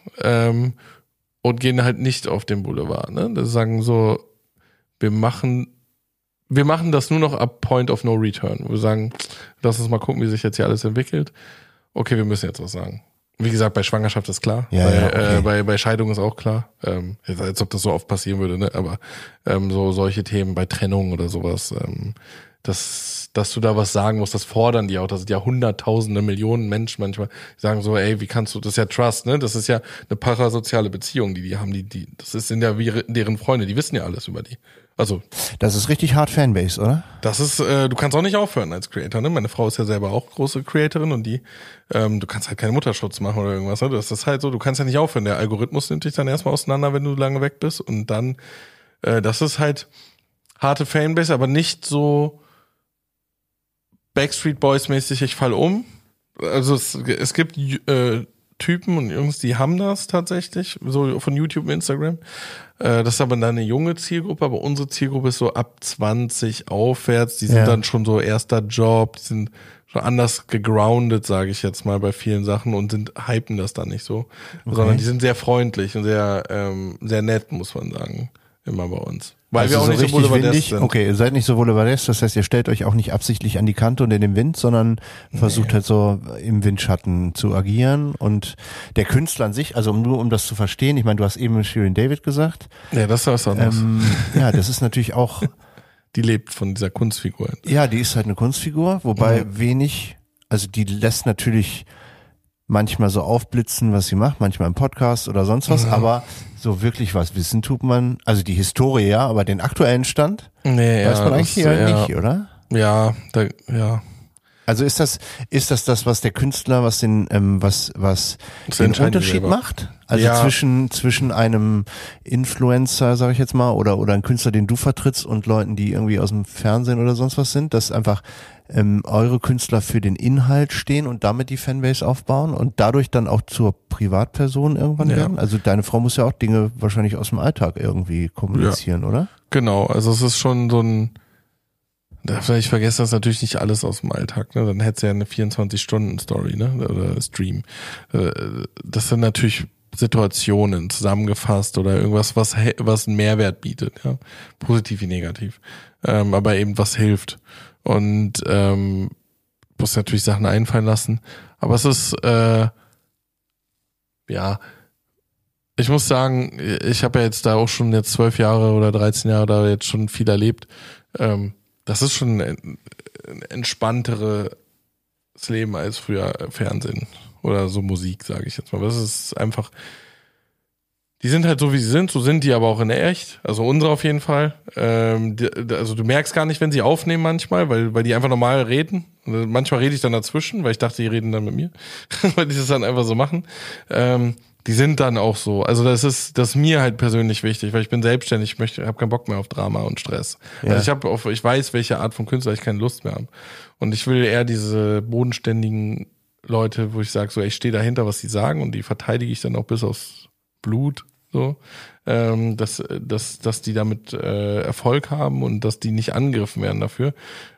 und gehen halt nicht auf den Boulevard. Ne? Das sagen so, wir machen das nur noch ab Point of No Return. Wir sagen, lass uns mal gucken, wie sich jetzt hier alles entwickelt. Okay, wir müssen jetzt was sagen. Wie gesagt, bei Schwangerschaft ist klar, bei Scheidung ist auch klar, als ob das so oft passieren würde, ne? Aber so solche Themen bei Trennung oder sowas, dass du da was sagen musst, das fordern die auch. Das sind ja Hunderttausende, Millionen Menschen manchmal, die sagen so, ey, wie kannst du, das ist ja Trust, ne? Das ist ja eine parasoziale Beziehung, die haben, das sind ja wie deren Freunde, die wissen ja alles über die. Also das ist richtig hart Fanbase, oder? Das ist, du kannst auch nicht aufhören als Creator, ne? Meine Frau ist ja selber auch große Creatorin und du kannst halt keinen Mutterschutz machen oder irgendwas, ne? Das ist halt so, du kannst ja nicht aufhören. Der Algorithmus nimmt dich dann erstmal auseinander, wenn du lange weg bist, und dann, das ist halt harte Fanbase, aber nicht so Backstreet Boys mäßig, ich fall um. Also es gibt Typen und Jungs, die haben das tatsächlich, so von YouTube und Instagram. Das ist aber dann eine junge Zielgruppe, aber unsere Zielgruppe ist so ab 20 aufwärts, die sind dann schon so erster Job, die sind schon anders gegroundet, sage ich jetzt mal, bei vielen Sachen, und hypen das dann nicht so, sondern die sind sehr freundlich und sehr nett, muss man sagen, immer bei uns. Weil also wir auch so nicht so boulevardesk sind. Okay, ihr seid nicht so boulevardesk, das heißt, ihr stellt euch auch nicht absichtlich an die Kante und in den Wind, sondern versucht halt so im Windschatten zu agieren. Und der Künstler an sich, also nur um das zu verstehen, ich meine, du hast eben Shirin David gesagt. Ja, das ist was anderes. Ja, das ist natürlich auch... Die lebt von dieser Kunstfigur. Ja, die ist halt eine Kunstfigur, wobei also die lässt natürlich manchmal so aufblitzen, was sie macht, manchmal im Podcast oder sonst was, aber so wirklich was wissen tut man, also die Historie aber den aktuellen Stand weiß man eigentlich nicht, oder? Ja, Also ist das, was der Künstler, was den Unterschied macht? Also zwischen einem Influencer, sage ich jetzt mal, oder einem Künstler, den du vertrittst, und Leuten, die irgendwie aus dem Fernsehen oder sonst was sind, dass einfach eure Künstler für den Inhalt stehen und damit die Fanbase aufbauen und dadurch dann auch zur Privatperson irgendwann werden? Also deine Frau muss ja auch Dinge wahrscheinlich aus dem Alltag irgendwie kommunizieren, oder? Genau, also es ist schon so ein, ich vergesse das natürlich nicht alles aus dem Alltag, ne? Dann hätte sie ja eine 24-Stunden-Story, ne? Oder Stream. Das sind natürlich Situationen zusammengefasst oder irgendwas, was einen Mehrwert bietet, ja, positiv wie negativ, aber eben was hilft und muss natürlich Sachen einfallen lassen, aber es ist ja, ich muss sagen, ich habe ja jetzt da auch schon jetzt 12 Jahre oder 13 Jahre da jetzt schon viel erlebt. Das ist schon ein entspannteres Leben als früher Fernsehen oder so Musik, sage ich jetzt mal. Das ist einfach, die sind halt so, wie sie sind, so sind die aber auch in echt. Also unsere auf jeden Fall. Also du merkst gar nicht, wenn sie aufnehmen manchmal, weil die einfach normal reden. Und manchmal rede ich dann dazwischen, weil ich dachte, die reden dann mit mir, weil die das dann einfach so machen. Die sind dann auch so. Also das ist mir halt persönlich wichtig, weil ich bin selbstständig, habe keinen Bock mehr auf Drama und Stress. Ja. Also ich weiß, welche Art von Künstler ich keine Lust mehr habe. Und ich will eher diese bodenständigen Leute, wo ich sage, so, ich stehe dahinter, was die sagen und die verteidige ich dann auch bis aufs Blut, so, dass die damit Erfolg haben und dass die nicht angegriffen werden dafür.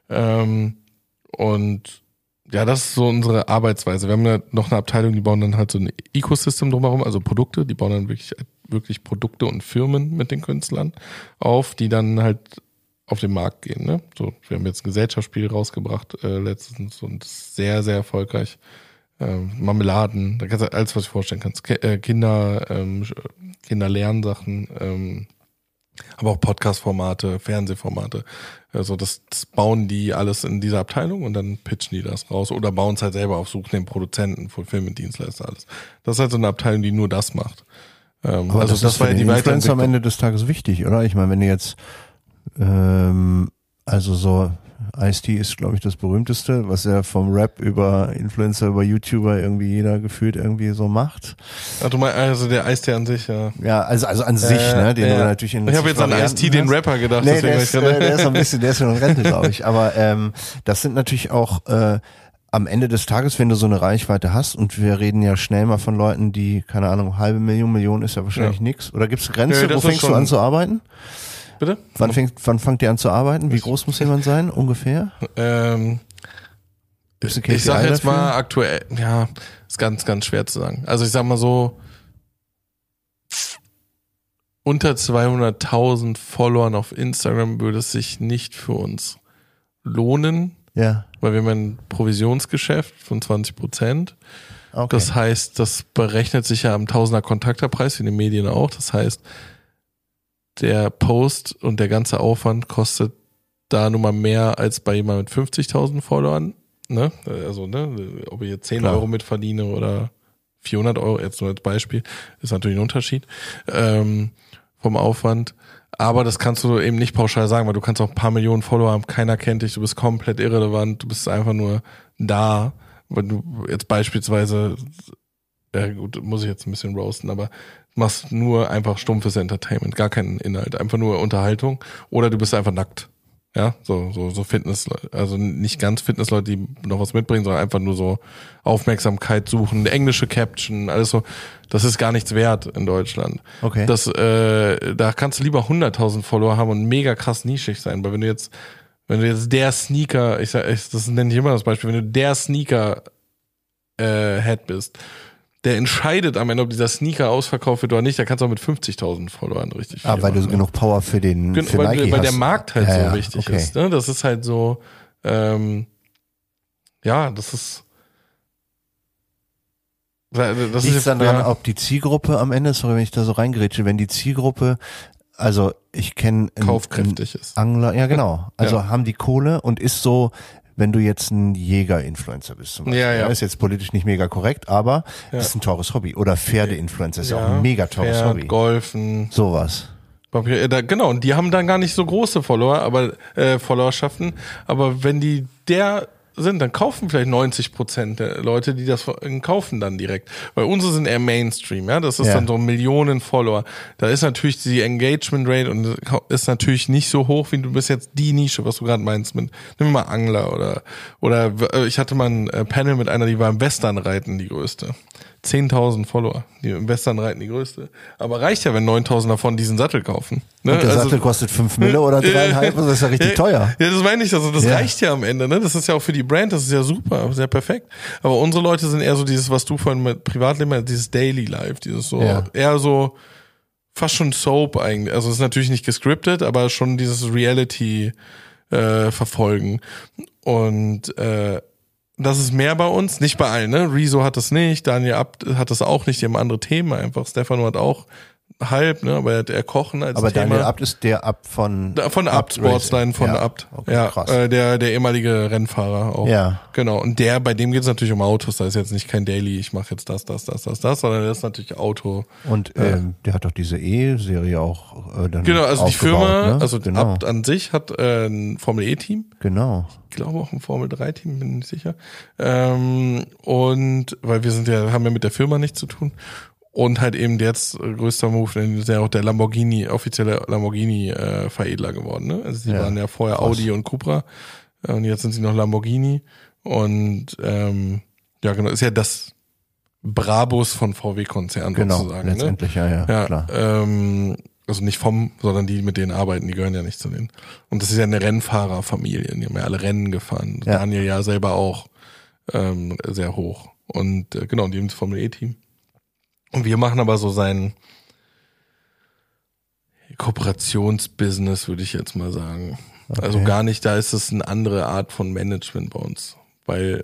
Und ja, das ist so unsere Arbeitsweise. Wir haben ja noch eine Abteilung, die bauen dann halt so ein Ecosystem drumherum, also Produkte, die bauen dann wirklich Produkte und Firmen mit den Künstlern auf, die dann halt auf den Markt gehen. Ne? So, wir haben jetzt ein Gesellschaftsspiel rausgebracht letztens und sehr, sehr erfolgreich. Marmeladen, da kannst du alles, was du vorstellen kannst. Kinderlernsachen, aber auch Podcast-Formate, Fernsehformate. Also das bauen die alles in dieser Abteilung und dann pitchen die das raus oder bauen es halt selber auf, suchen den Produzenten, Fulfillment-Dienstleister, alles. Das ist halt so eine Abteilung, die nur das macht. Aber also das war ja die Influencer am Ende des Tages wichtig, oder? Ich meine, wenn du jetzt also so Ice-T ist, glaube ich, das berühmteste, was er vom Rap über Influencer, über YouTuber irgendwie jeder gefühlt irgendwie so macht. Ach, du meinst, also der Ice-T an sich, ja. Ja, also an sich, ne, den du natürlich in ich habe jetzt an Ice-T, den Rapper, gedacht. Nee, der ist so ein bisschen, der ist schon in Rente, glaube ich. Aber das sind natürlich auch am Ende des Tages, wenn du so eine Reichweite hast, und wir reden ja schnell mal von Leuten, die, keine Ahnung, Million ist ja wahrscheinlich nix. Oder gibt's Grenze? Wo fängst du an zu arbeiten? Bitte? Wann fangt ihr an zu arbeiten? Wie groß muss jemand sein, ungefähr? Ich sag jetzt mal aktuell, ja, ist ganz, ganz schwer zu sagen. Also ich sag mal so, unter 200.000 Followern auf Instagram würde es sich nicht für uns lohnen. Ja. Weil wir haben ein Provisionsgeschäft von 20%. Okay. Das heißt, das berechnet sich ja am Tausender Kontakterpreis, wie in den Medien auch. Das heißt, der Post und der ganze Aufwand kostet da nun mal mehr als bei jemandem mit 50.000 Followern. Ne? Also, ne, ob ich jetzt 10 Euro mitverdiene oder 400 Euro, jetzt nur als Beispiel, ist natürlich ein Unterschied vom Aufwand. Aber das kannst du eben nicht pauschal sagen, weil du kannst auch ein paar Millionen Follower haben, keiner kennt dich, du bist komplett irrelevant, du bist einfach nur da, weil du jetzt beispielsweise, ja gut, muss ich jetzt ein bisschen roasten, aber machst nur einfach stumpfes Entertainment, gar keinen Inhalt, einfach nur Unterhaltung, oder du bist einfach nackt. Ja, so Fitness, also nicht ganz Fitnessleute, die noch was mitbringen, sondern einfach nur so Aufmerksamkeit suchen, englische Caption, alles so. Das ist gar nichts wert in Deutschland. Okay. Da kannst du lieber 100.000 Follower haben und mega krass nischig sein, weil wenn du jetzt der Sneaker, das nenne ich immer das Beispiel, wenn du der Sneaker Head bist, der entscheidet am Ende, ob dieser Sneaker ausverkauft wird oder nicht, da kannst du auch mit 50.000 Followern richtig viel weil du genug Power für den für Nike hast. Weil der Markt halt so wichtig ist. Ne? Das ist halt so, das ist liegt dann daran, ob die Zielgruppe am Ende, sorry, wenn ich da so reingrätsche, wenn die Zielgruppe, also ich kenne kaufkräftig ist. Angler, ja genau, also haben die Kohle und ist so, wenn du jetzt ein Jäger-Influencer bist zum Beispiel. Ja. Ist jetzt politisch nicht mega korrekt, aber ist ein teures Hobby. Oder Pferde-Influencer ist ja auch ein mega teures Hobby. Golfen. Sowas. Genau, und die haben dann gar nicht so große Followerschaften, aber wenn die sind, dann kaufen vielleicht 90% der Leute, die das kaufen dann direkt. Weil unsere sind eher Mainstream, ja. Das ist dann so Millionen Follower. Da ist natürlich die Engagement Rate und ist natürlich nicht so hoch, wie du bist jetzt die Nische, was du gerade meinst mit, nimm mal Angler oder ich hatte mal ein Panel mit einer, die war im Westernreiten die größte. 10.000 Follower. Die im Western reiten die größte. Aber reicht ja, wenn 9.000 davon diesen Sattel kaufen. Ne? Und der Sattel kostet 5 Mille oder 3,5, das ist ja richtig teuer. Ja, das meine ich, also das reicht ja am Ende, ne? Das ist ja auch für die Brand, das ist ja super, sehr perfekt. Aber unsere Leute sind eher so dieses, was du vorhin mit Privatleben, dieses Daily Life, dieses so, eher so, fast schon Soap eigentlich. Also es ist natürlich nicht gescriptet, aber schon dieses Reality verfolgen. Und das ist mehr bei uns, nicht bei allen, ne? Rezo hat das nicht, Daniel Abt hat das auch nicht, die haben andere Themen einfach. Stefano hat auch halb, ne? Aber er Kochen als aber Thema. Daniel Abt ist der Abt von Abt Sportsline von Abt. Okay, ja, krass. Der ehemalige Rennfahrer auch. Ja. Genau. Und bei dem geht es natürlich um Autos. Da ist jetzt nicht kein Daily, ich mache jetzt das, sondern das ist natürlich Auto. Und der hat doch diese E-Serie auch dann genau, also die Firma, ne? also Abt an sich hat ein Formel-E-Team. Genau. Ich glaube auch ein Formel-3-Team, bin nicht sicher. Und weil haben ja mit der Firma nichts zu tun. Und halt eben jetzt größter Move, denn ist ja auch der offizielle Lamborghini-Veredler geworden. Ne? Also sie waren ja vorher Audi und Cupra und jetzt sind sie noch Lamborghini. Und ja genau, ist ja das Brabus von VW-Konzern sozusagen. Genau, letztendlich, ne? ja, klar. Also nicht sondern die, mit denen arbeiten, die gehören ja nicht zu denen. Und das ist ja eine Rennfahrerfamilie, die haben ja alle Rennen gefahren. Ja. Daniel ja selber auch sehr hoch. Und genau, die haben das Formel-E-Team. Und wir machen aber so sein Kooperationsbusiness, würde ich jetzt mal sagen. Okay. Also gar nicht, da ist es eine andere Art von Management bei uns. Weil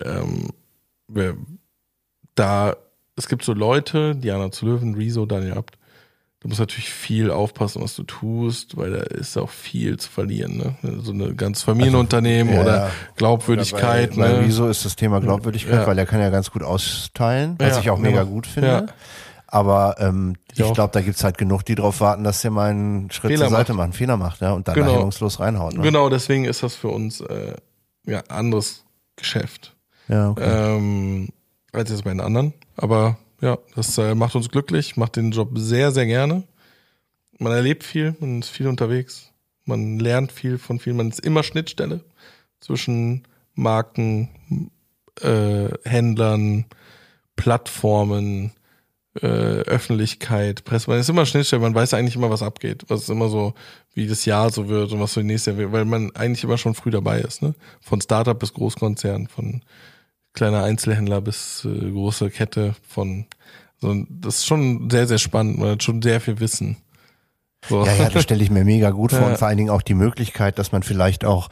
es gibt so Leute, Diana zu Löwen, Rezo, Daniel Abt, du musst natürlich viel aufpassen, was du tust, weil da ist auch viel zu verlieren. Ne? So ein ganz Familienunternehmen oder Glaubwürdigkeit. Bei Rezo ist das Thema Glaubwürdigkeit, weil er kann ja ganz gut austeilen, was ich auch mega gut finde. Ja. Aber ich glaube, da gibt's halt genug, die drauf warten, dass der mal einen Schritt zur Seite macht, einen Fehler macht, ja, und dann hemmungslos reinhaut. Ne? Genau, deswegen ist das für uns anderes Geschäft. Ja, okay. Als jetzt bei den anderen. Aber ja, das macht uns glücklich, macht den Job sehr, sehr gerne. Man erlebt viel, man ist viel unterwegs, man lernt viel von viel, man ist immer Schnittstelle zwischen Marken, Händlern, Plattformen, Öffentlichkeit, Presse, man ist immer Schnittstelle, man weiß eigentlich immer, was abgeht, was ist immer so, wie das Jahr so wird und was so nächstes Jahr wird, weil man eigentlich immer schon früh dabei ist, ne? Von Startup bis Großkonzern, von kleiner Einzelhändler bis große Kette, das ist schon sehr, sehr spannend, man hat schon sehr viel Wissen. So. Ja, das stelle ich mir mega gut vor und vor allen Dingen auch die Möglichkeit, dass man vielleicht auch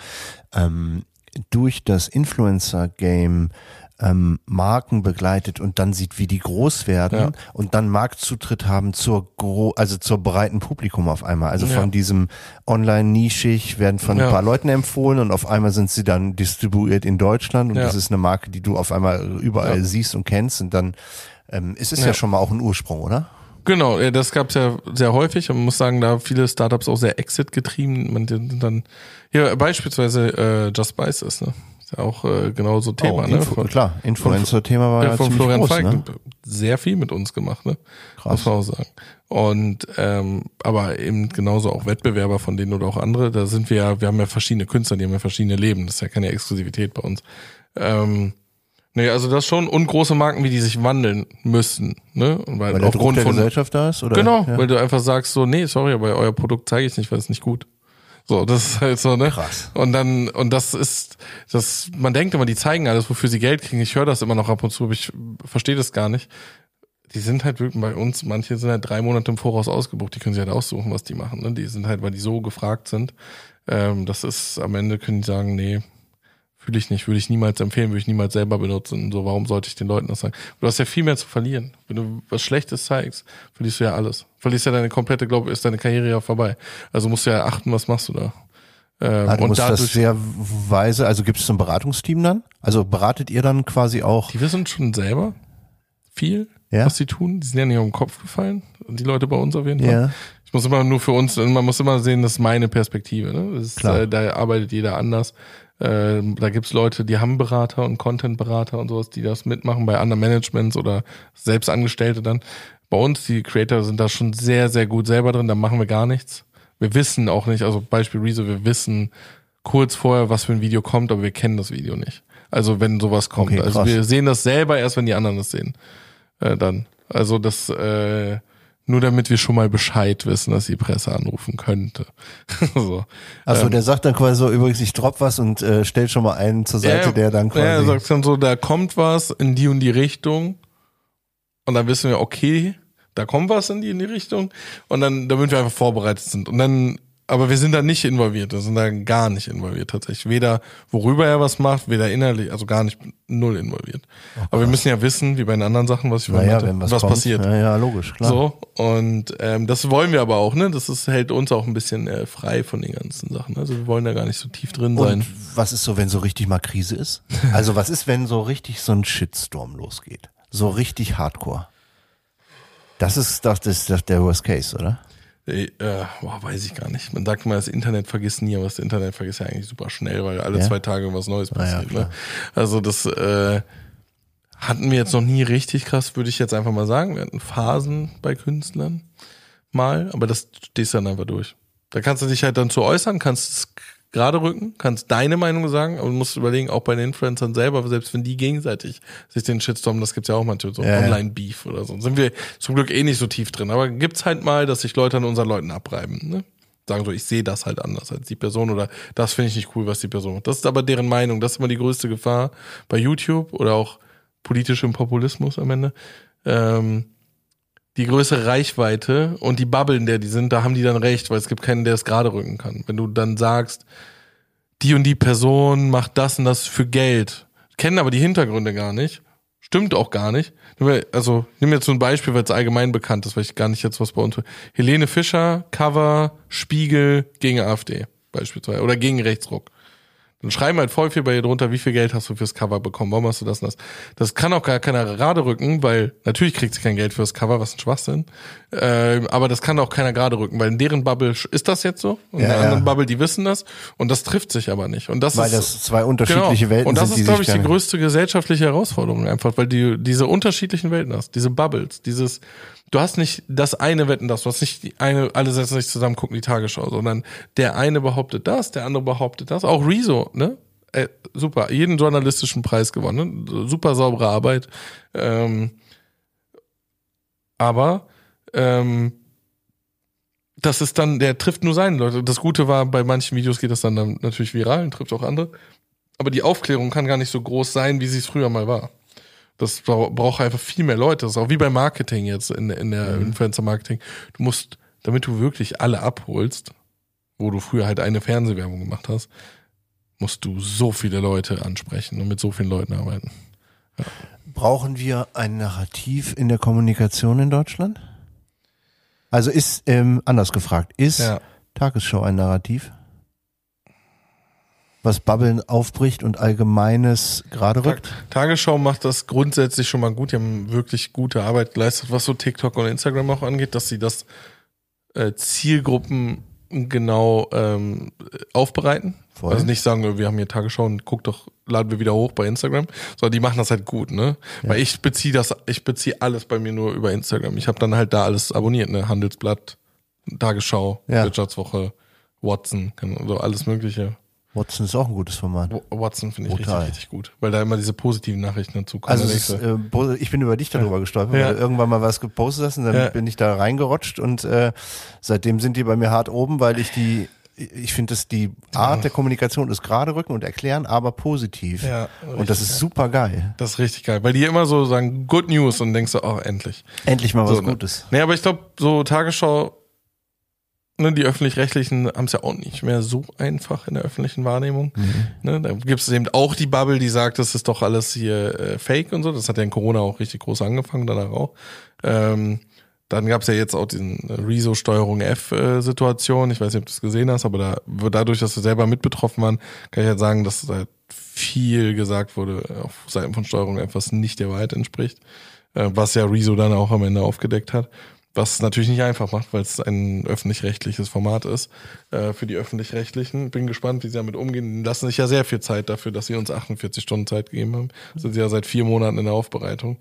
durch das Influencer-Game Marken begleitet und dann sieht, wie die groß werden und dann Marktzutritt haben zur breiten Publikum auf einmal. Also von diesem Online-Nischig werden von ein paar Leuten empfohlen und auf einmal sind sie dann distribuiert in Deutschland und das ist eine Marke, die du auf einmal überall siehst und kennst und dann ist es ja schon mal auch ein Ursprung, oder? Genau, das gab's ja sehr häufig und man muss sagen, da viele Startups auch sehr Exit getrieben. Man dann hier beispielsweise Just Spice ist, ne? Ist ja auch genau so Thema, ne? Klar, Influencer-Thema war ja von ziemlich Florian groß, Falk, ne? Sehr viel mit uns gemacht, ne? Krass. Muss man auch sagen. Und aber eben genauso auch Wettbewerber von denen oder auch andere. Da sind wir haben ja verschiedene Künstler, die haben ja verschiedene Leben. Das ist ja keine Exklusivität bei uns. Nee, also das schon und große Marken, wie die sich wandeln müssen, ne? Weil der Druck der Gesellschaft da ist, oder? Genau, weil du einfach sagst so, nee, sorry, aber euer Produkt zeige ich nicht, weil es nicht gut. So, das ist halt so, ne? Krass. Und man denkt immer, die zeigen alles, wofür sie Geld kriegen. Ich höre das immer noch ab und zu, aber ich verstehe das gar nicht. Die sind halt wirklich bei uns, manche sind halt 3 Monate im Voraus ausgebucht, die können sich halt aussuchen, was die machen, ne? Die sind halt, weil die so gefragt sind. Das ist, am Ende können die sagen, nee, fühle ich nicht, würde ich niemals empfehlen, würde ich niemals selber benutzen. So, warum sollte ich den Leuten das sagen? Du hast ja viel mehr zu verlieren. Wenn du was Schlechtes zeigst, verlierst du ja alles. Verlierst ja deine komplette, ist deine Karriere ja vorbei. Also musst du ja achten, was machst du da. Du musst das sehr weise, also gibt es so ein Beratungsteam dann? Also beratet ihr dann quasi auch? Die wissen schon selber viel, was sie tun. Die sind ja nicht auf den Kopf gefallen. Die Leute bei uns auf jeden Fall. Ja. Ich muss immer nur für uns, man muss immer sehen, das ist meine Perspektive. Ne? Das ist, Klar. Da arbeitet jeder anders. Da gibt's Leute, die haben Berater und Content-Berater und sowas, die das mitmachen bei anderen Managements oder Selbstangestellte dann. Bei uns, die Creator sind da schon sehr, sehr gut selber drin, da machen wir gar nichts. Wir wissen auch nicht, also Beispiel Rezo, wir wissen kurz vorher, was für ein Video kommt, aber wir kennen das Video nicht. Also wenn sowas kommt. Okay, also wir sehen das selber erst, wenn die anderen das sehen. dann. Also das nur damit wir schon mal Bescheid wissen, dass die Presse anrufen könnte. So. Also der sagt dann quasi so, übrigens, ich dropp was und stellt schon mal einen zur Seite, der dann quasi... Ja, er sagt dann so, da kommt was in die und die Richtung und dann wissen wir, okay, da kommt was in die Richtung und dann, damit wir einfach vorbereitet sind. Und dann, aber wir sind da nicht involviert, wir sind da gar nicht involviert tatsächlich. Weder worüber er was macht, weder innerlich, also gar nicht, null involviert. Okay. Aber wir müssen ja wissen, wie bei den anderen Sachen, was ich meinte, wenn was kommt, passiert. Ja, logisch, klar. So, und das wollen wir aber auch, ne? Das hält uns auch ein bisschen frei von den ganzen Sachen. Also wir wollen da gar nicht so tief drin sein. Und was ist so, wenn so richtig mal Krise ist? Also was ist, wenn so richtig so ein Shitstorm losgeht? So richtig hardcore. Das ist der Worst Case, oder? Weiß ich gar nicht. Man sagt mal, das Internet vergisst nie, aber das Internet vergisst ja eigentlich super schnell, weil alle 2 Tage was Neues passiert. Ne? Also das hatten wir jetzt noch nie richtig krass, würde ich jetzt einfach mal sagen. Wir hatten Phasen bei Künstlern mal, aber das stehst dann einfach durch. Da kannst du dich halt dann zu äußern, kannst es gerade rücken, kannst deine Meinung sagen, aber du musst überlegen, auch bei den Influencern selber, selbst wenn die gegenseitig sich den Shitstorm, das gibt's ja auch manchmal, so Online-Beef oder so. Sind wir zum Glück nicht so tief drin, aber gibt's halt mal, dass sich Leute an unseren Leuten abreiben, ne? Sagen so, ich sehe das halt anders als die Person oder das finde ich nicht cool, was die Person macht. Das ist aber deren Meinung, das ist immer die größte Gefahr bei YouTube oder auch politischem Populismus am Ende. Die größere Reichweite und die Bubble, in der die sind, da haben die dann recht, weil es gibt keinen, der es gerade rücken kann. Wenn du dann sagst, die und die Person macht das und das für Geld, kennen aber die Hintergründe gar nicht, stimmt auch gar nicht. Also, ich nehme jetzt so ein Beispiel, weil es allgemein bekannt ist, weil ich gar nicht jetzt was bei uns... Helene Fischer, Cover, Spiegel gegen AfD beispielsweise oder gegen Rechtsruck. Dann schreiben halt voll viel bei ihr drunter, wie viel Geld hast du fürs Cover bekommen, warum hast du das und das. Das kann auch gar keiner gerade rücken, weil natürlich kriegt sie kein Geld fürs Cover, was ein Schwachsinn. Aber das kann auch keiner gerade rücken, weil in deren Bubble ist das jetzt so und in der anderen Bubble, die wissen das und das trifft sich aber nicht. Und das weil das 2 unterschiedliche Welten sind. Und das sind, ist, glaube ich, die größte gesellschaftliche Herausforderung einfach, weil du diese unterschiedlichen Welten hast, diese Bubbles, du hast nicht das eine Wetten das, du hast nicht alle setzen sich zusammen, gucken die Tagesschau, sondern der eine behauptet das, der andere behauptet das. Auch Rezo, ne? Super, jeden journalistischen Preis gewonnen, ne? Super saubere Arbeit. Aber das ist dann, der trifft nur seine Leute. Das Gute war, bei manchen Videos geht das dann natürlich viral und trifft auch andere. Aber die Aufklärung kann gar nicht so groß sein, wie sie es früher mal war. Das braucht einfach viel mehr Leute. Das ist auch wie beim Marketing jetzt, in der Influencer-Marketing. Du musst, damit du wirklich alle abholst, wo du früher halt eine Fernsehwerbung gemacht hast, musst du so viele Leute ansprechen und mit so vielen Leuten arbeiten. Ja. Brauchen wir ein Narrativ in der Kommunikation in Deutschland? Also ist, anders gefragt, ist Tagesschau ein Narrativ? Was Bubbeln aufbricht und Allgemeines gerade rückt? Tagesschau macht das grundsätzlich schon mal gut. Die haben wirklich gute Arbeit geleistet, was so TikTok und Instagram auch angeht, dass sie das Zielgruppen genau aufbereiten. Voll. Also nicht sagen, wir haben hier Tagesschau und laden wir wieder hoch bei Instagram, sondern die machen das halt gut, ne? Ja. Weil ich beziehe alles bei mir nur über Instagram. Ich habe dann halt da alles abonniert, ne? Handelsblatt, Tagesschau, Wirtschaftswoche, Watson, so alles Mögliche. Watson ist auch ein gutes Format. Watson finde ich richtig gut, weil da immer diese positiven Nachrichten dazu kommen. Also ich bin über dich darüber gestolpert, weil du irgendwann mal was gepostet hast und dann bin ich da reingerutscht und seitdem sind die bei mir hart oben, weil ich finde, dass die Art der Kommunikation ist gerade rücken und erklären, aber positiv. Ja, und das ist super geil. Das ist richtig geil, weil die immer so sagen, Good News und denkst du, oh, endlich. Endlich mal was Gutes. Nee, aber ich glaube, so Tagesschau, ne, die Öffentlich-Rechtlichen haben es ja auch nicht mehr so einfach in der öffentlichen Wahrnehmung. Ne, da gibt es eben auch die Bubble, die sagt, das ist doch alles hier Fake und so. Das hat ja in Corona auch richtig groß angefangen, danach auch. Dann gab es ja jetzt auch diesen Rezo-Steuerung F-Situation. Ich weiß nicht, ob du es gesehen hast, aber dadurch, dass wir selber mit betroffen waren, kann ich halt sagen, dass halt viel gesagt wurde auf Seiten von Steuerung F, was nicht der Wahrheit entspricht. Was ja Rezo dann auch am Ende aufgedeckt hat. Was natürlich nicht einfach macht, weil es ein öffentlich-rechtliches Format ist für die Öffentlich-Rechtlichen. Bin gespannt, wie sie damit umgehen. Die lassen sich ja sehr viel Zeit dafür, dass sie uns 48 Stunden Zeit gegeben haben. Sind sie ja seit 4 Monaten in der Aufbereitung.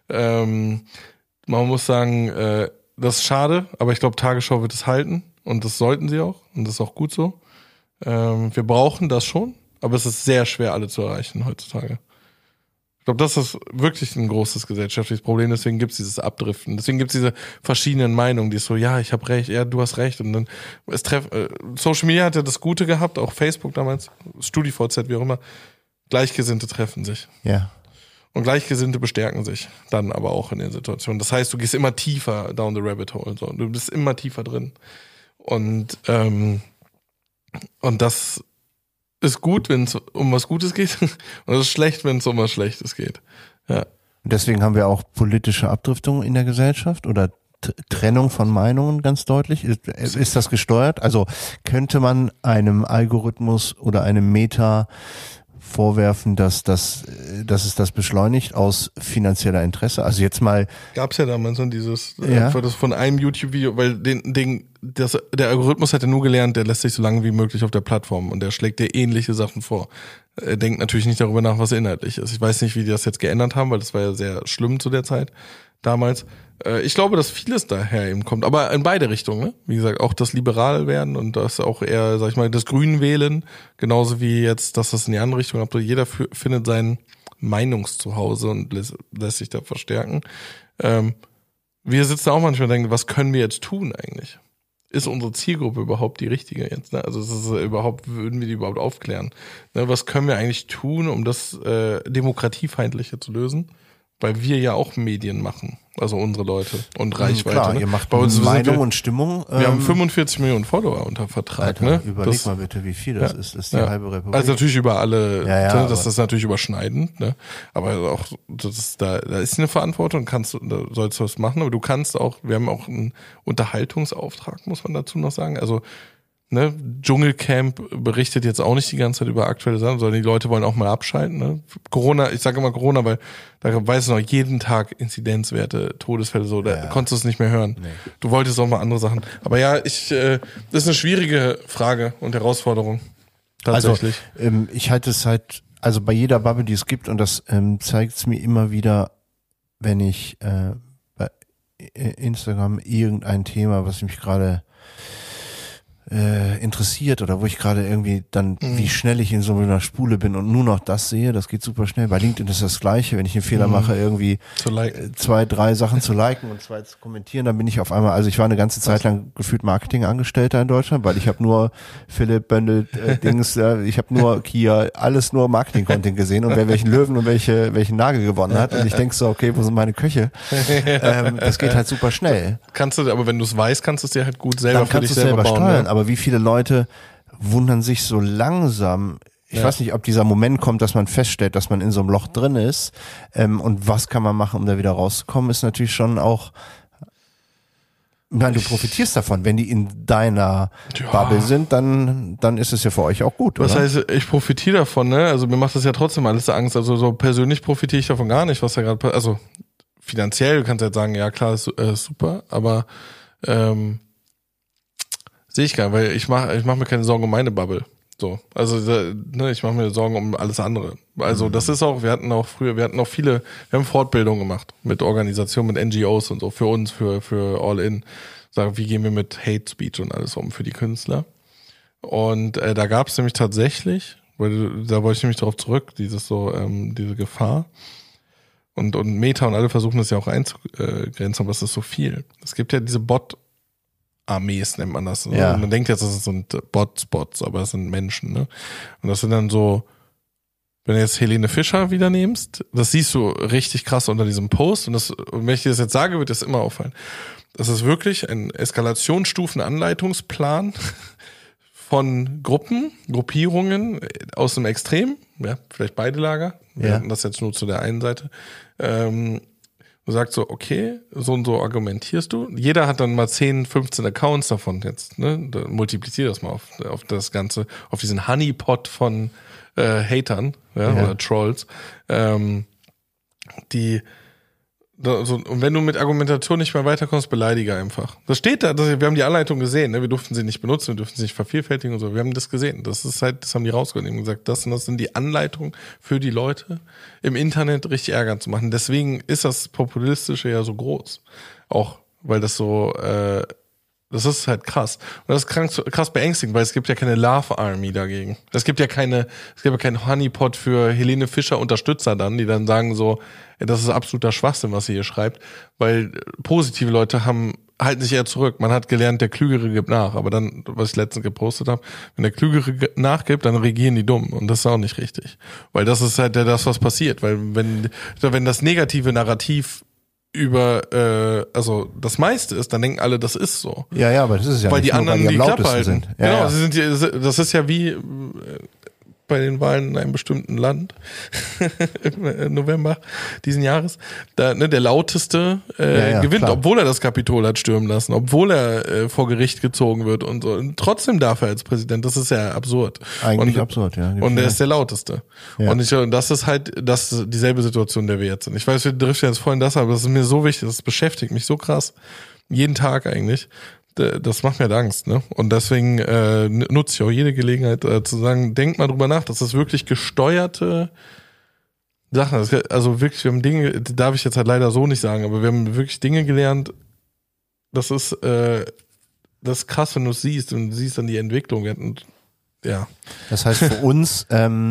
Man muss sagen, das ist schade, aber ich glaube, Tagesschau wird es halten und das sollten sie auch und das ist auch gut so. Wir brauchen das schon, aber es ist sehr schwer, alle zu erreichen heutzutage. Ich glaube, das ist wirklich ein großes gesellschaftliches Problem, deswegen gibt's dieses Abdriften, deswegen gibt's diese verschiedenen Meinungen, die so, ja, ich habe recht, ja, du hast recht und dann Social Media hat ja das Gute gehabt, auch Facebook damals, StudiVZ, wie auch immer, Gleichgesinnte treffen sich. Ja. Und Gleichgesinnte bestärken sich dann aber auch in den Situationen. Das heißt, du gehst immer tiefer down the rabbit hole, so. Du bist immer tiefer drin. Und das ist gut, wenn es um was Gutes geht, und das ist schlecht, wenn es um was Schlechtes geht. Ja. Und deswegen haben wir auch politische Abdriftung in der Gesellschaft oder Trennung von Meinungen ganz deutlich. Ist das gesteuert? Also könnte man einem Algorithmus oder einem Meta vorwerfen, dass es das beschleunigt aus finanzieller Interesse? Also jetzt mal. Gab's ja damals so dieses, das von einem YouTube-Video, weil der Algorithmus hat ja nur gelernt, der lässt sich so lange wie möglich auf der Plattform und der schlägt dir ähnliche Sachen vor. Er denkt natürlich nicht darüber nach, was inhaltlich ist. Ich weiß nicht, wie die das jetzt geändert haben, weil das war ja sehr schlimm zu der Zeit damals. Ich glaube, dass vieles daher eben kommt, aber in beide Richtungen, ne? Wie gesagt, auch das liberal werden und das auch eher, sag ich mal, das Grün wählen, genauso wie jetzt, dass das in die andere Richtung habt. Jeder findet sein Meinungszuhause und lässt sich da verstärken. Wir sitzen auch manchmal und denken, was können wir jetzt tun eigentlich? Ist unsere Zielgruppe überhaupt die richtige jetzt? Ne? Also würden wir die überhaupt aufklären? Ne? Was können wir eigentlich tun, um das Demokratiefeindliche zu lösen? Weil wir ja auch Medien machen, also unsere Leute und Reichweite. Klar, ne? Ihr macht Bei uns Meinung und Stimmung. Wir haben 45 Millionen Follower unter Vertrag. Alter, Ne? überleg mal bitte, wie viel das ist. Das ist die halbe Republik. Also natürlich über alle, ja, das ist natürlich überschneidend, ne? Aber auch da ist eine Verantwortung, da sollst du was machen, aber du kannst auch, wir haben auch einen Unterhaltungsauftrag, muss man dazu noch sagen. Also ne, Dschungelcamp berichtet jetzt auch nicht die ganze Zeit über aktuelle Sachen, sondern die Leute wollen auch mal abschalten. Ne? Corona, ich sage immer Corona, weil da weißt du noch, jeden Tag Inzidenzwerte, Todesfälle, so, da konntest du es nicht mehr hören. Nee. Du wolltest auch mal andere Sachen. Aber ja, das ist eine schwierige Frage und Herausforderung. Tatsächlich. Also, ich halte es halt, also bei jeder Bubble, die es gibt, und das zeigt es mir immer wieder, wenn ich bei Instagram irgendein Thema, was mich gerade interessiert oder wo ich gerade irgendwie dann, wie schnell ich in so einer Spule bin und nur noch das sehe, das geht super schnell. Bei LinkedIn ist das Gleiche, wenn ich einen Fehler mache, irgendwie 2, 3 Sachen zu liken und 2 zu kommentieren, dann bin ich auf einmal, also ich war eine ganze Zeit lang gefühlt Marketingangestellter in Deutschland, weil ich habe nur Philipp Böndel Dings, ich habe nur Kia, alles nur Marketing-Content gesehen und wer welchen Löwen und welchen Nagel gewonnen hat und ich denke so, okay, wo sind meine Köche? Das geht halt super schnell. Aber wenn du es weißt, kannst du es dir halt gut selber für dich selber bauen. Steuern, ne? Aber wie viele Leute wundern sich so langsam, ich weiß nicht, ob dieser Moment kommt, dass man feststellt, dass man in so einem Loch drin ist, und was kann man machen, um da wieder rauszukommen, ist natürlich schon auch, du profitierst davon, wenn die in deiner Bubble sind, dann ist es ja für euch auch gut, Was oder? heißt, ich profitiere davon, ne? Also mir macht das ja trotzdem alles Angst, also so persönlich profitiere ich davon gar nicht, was da gerade, also finanziell, du kannst jetzt sagen, ja klar, ist super, aber sehe ich gar nicht, weil ich mach mir keine Sorgen um meine Bubble. So, also ne, ich mache mir Sorgen um alles andere. Also das ist auch, wir haben Fortbildungen gemacht mit Organisationen, mit NGOs und so für uns, für All In. Sagen, wie gehen wir mit Hate Speech und alles um für die Künstler? Und da gab es nämlich tatsächlich, da wollte ich nämlich darauf zurück, diese Gefahr. Und Meta und alle versuchen das ja auch einzugrenzen, aber es ist so viel. Es gibt ja diese Armees nennt man das. Ja. Und man denkt jetzt, das sind Bots, aber das sind Menschen, ne? Und das sind dann so, wenn du jetzt Helene Fischer wieder nimmst, das siehst du richtig krass unter diesem Post und wenn ich dir das jetzt sage, wird das immer auffallen. Das ist wirklich ein Eskalationsstufen-Anleitungsplan von Gruppierungen aus dem Extrem, ja, vielleicht beide Lager. Wir hatten das jetzt nur zu der einen Seite. Du sagst so, okay, so und so argumentierst du. Jeder hat dann mal 10, 15 Accounts davon jetzt, ne? Da multiplizier das mal auf das Ganze, auf diesen Honeypot von Hatern, oder Trolls. Und wenn du mit Argumentation nicht mehr weiterkommst, beleidige einfach. Das steht da, wir haben die Anleitung gesehen, ne? Wir durften sie nicht benutzen, wir durften sie nicht vervielfältigen und so. Wir haben das gesehen. Das haben die rausgeholt und gesagt, das sind die Anleitungen für die Leute, im Internet richtig Ärger zu machen. Deswegen ist das Populistische ja so groß. Auch, weil das so, Das ist halt krass. Und das ist krass beängstigend, weil es gibt ja keine Love Army dagegen. Es gibt ja keinen Honeypot für Helene Fischer Unterstützer dann, die dann sagen so, das ist absoluter Schwachsinn, was sie hier schreibt, weil positive Leute halten sich eher zurück. Man hat gelernt, der Klügere gibt nach. Aber dann, was ich letztens gepostet habe, wenn der Klügere nachgibt, dann regieren die Dummen. Und das ist auch nicht richtig. Weil das ist halt das, was passiert. Weil wenn das negative Narrativ also das meiste ist, dann denken alle, das ist so. Ja, aber das ist ja weil nicht die nur, anderen weil die die am Klappe lautesten halten. sind. Ja, genau, das ist ja wie bei den Wahlen in einem bestimmten Land im November diesen Jahres, da der lauteste gewinnt, klar. obwohl er das Kapitol hat stürmen lassen, obwohl er vor Gericht gezogen wird und so. Und trotzdem darf er als Präsident. Das ist ja absurd. Eigentlich absurd, ja. Und er ist der lauteste. Ja. Und das ist halt dieselbe Situation, in der wir jetzt sind. Ich weiß, wir driften jetzt voll in das, aber das ist mir so wichtig, das beschäftigt mich so krass. Jeden Tag eigentlich. Das macht mir halt Angst, ne? Und deswegen nutze ich auch jede Gelegenheit zu sagen, denkt mal drüber nach, das ist wirklich gesteuerte Sachen. Also wirklich, wir haben Dinge, die darf ich jetzt halt leider so nicht sagen, aber wir haben wirklich Dinge gelernt, das ist krass, wenn du es siehst und du siehst dann die Entwicklung. Und, ja. Das heißt für uns,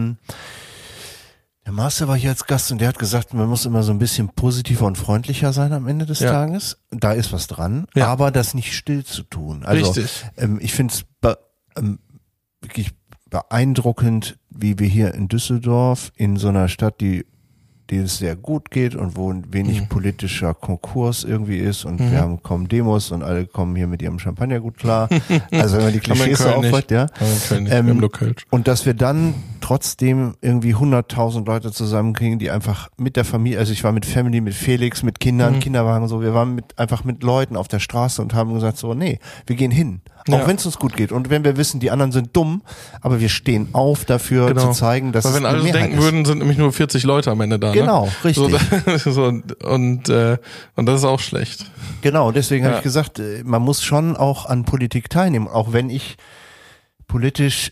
der Master war hier als Gast und der hat gesagt, man muss immer so ein bisschen positiver und freundlicher sein am Ende des Tages. Da ist was dran, aber das nicht still zu tun. Also, richtig. Ich finde es wirklich beeindruckend, wie wir hier in Düsseldorf in so einer Stadt, die es sehr gut geht und wo wenig politischer Konkurs irgendwie ist und wir haben kaum Demos und alle kommen hier mit ihrem Champagner gut klar. Also wenn man die Klischees so aufhört, ja. Und dass wir dann trotzdem irgendwie 100.000 Leute zusammenkriegen, die einfach mit der Familie, also ich war mit Family, mit Felix, mit Kindern, Kinderwagen so, wir waren einfach mit Leuten auf der Straße und haben gesagt so, nee, wir gehen hin. Auch wenn es uns gut geht. Und wenn wir wissen, die anderen sind dumm, aber wir stehen auf dafür zu zeigen, dass weil es wenn alle denken würden, sind nämlich nur 40 Leute am Ende da. Genau, richtig. Und das ist auch schlecht. Genau, deswegen habe ich gesagt, man muss schon auch an Politik teilnehmen, auch wenn ich politisch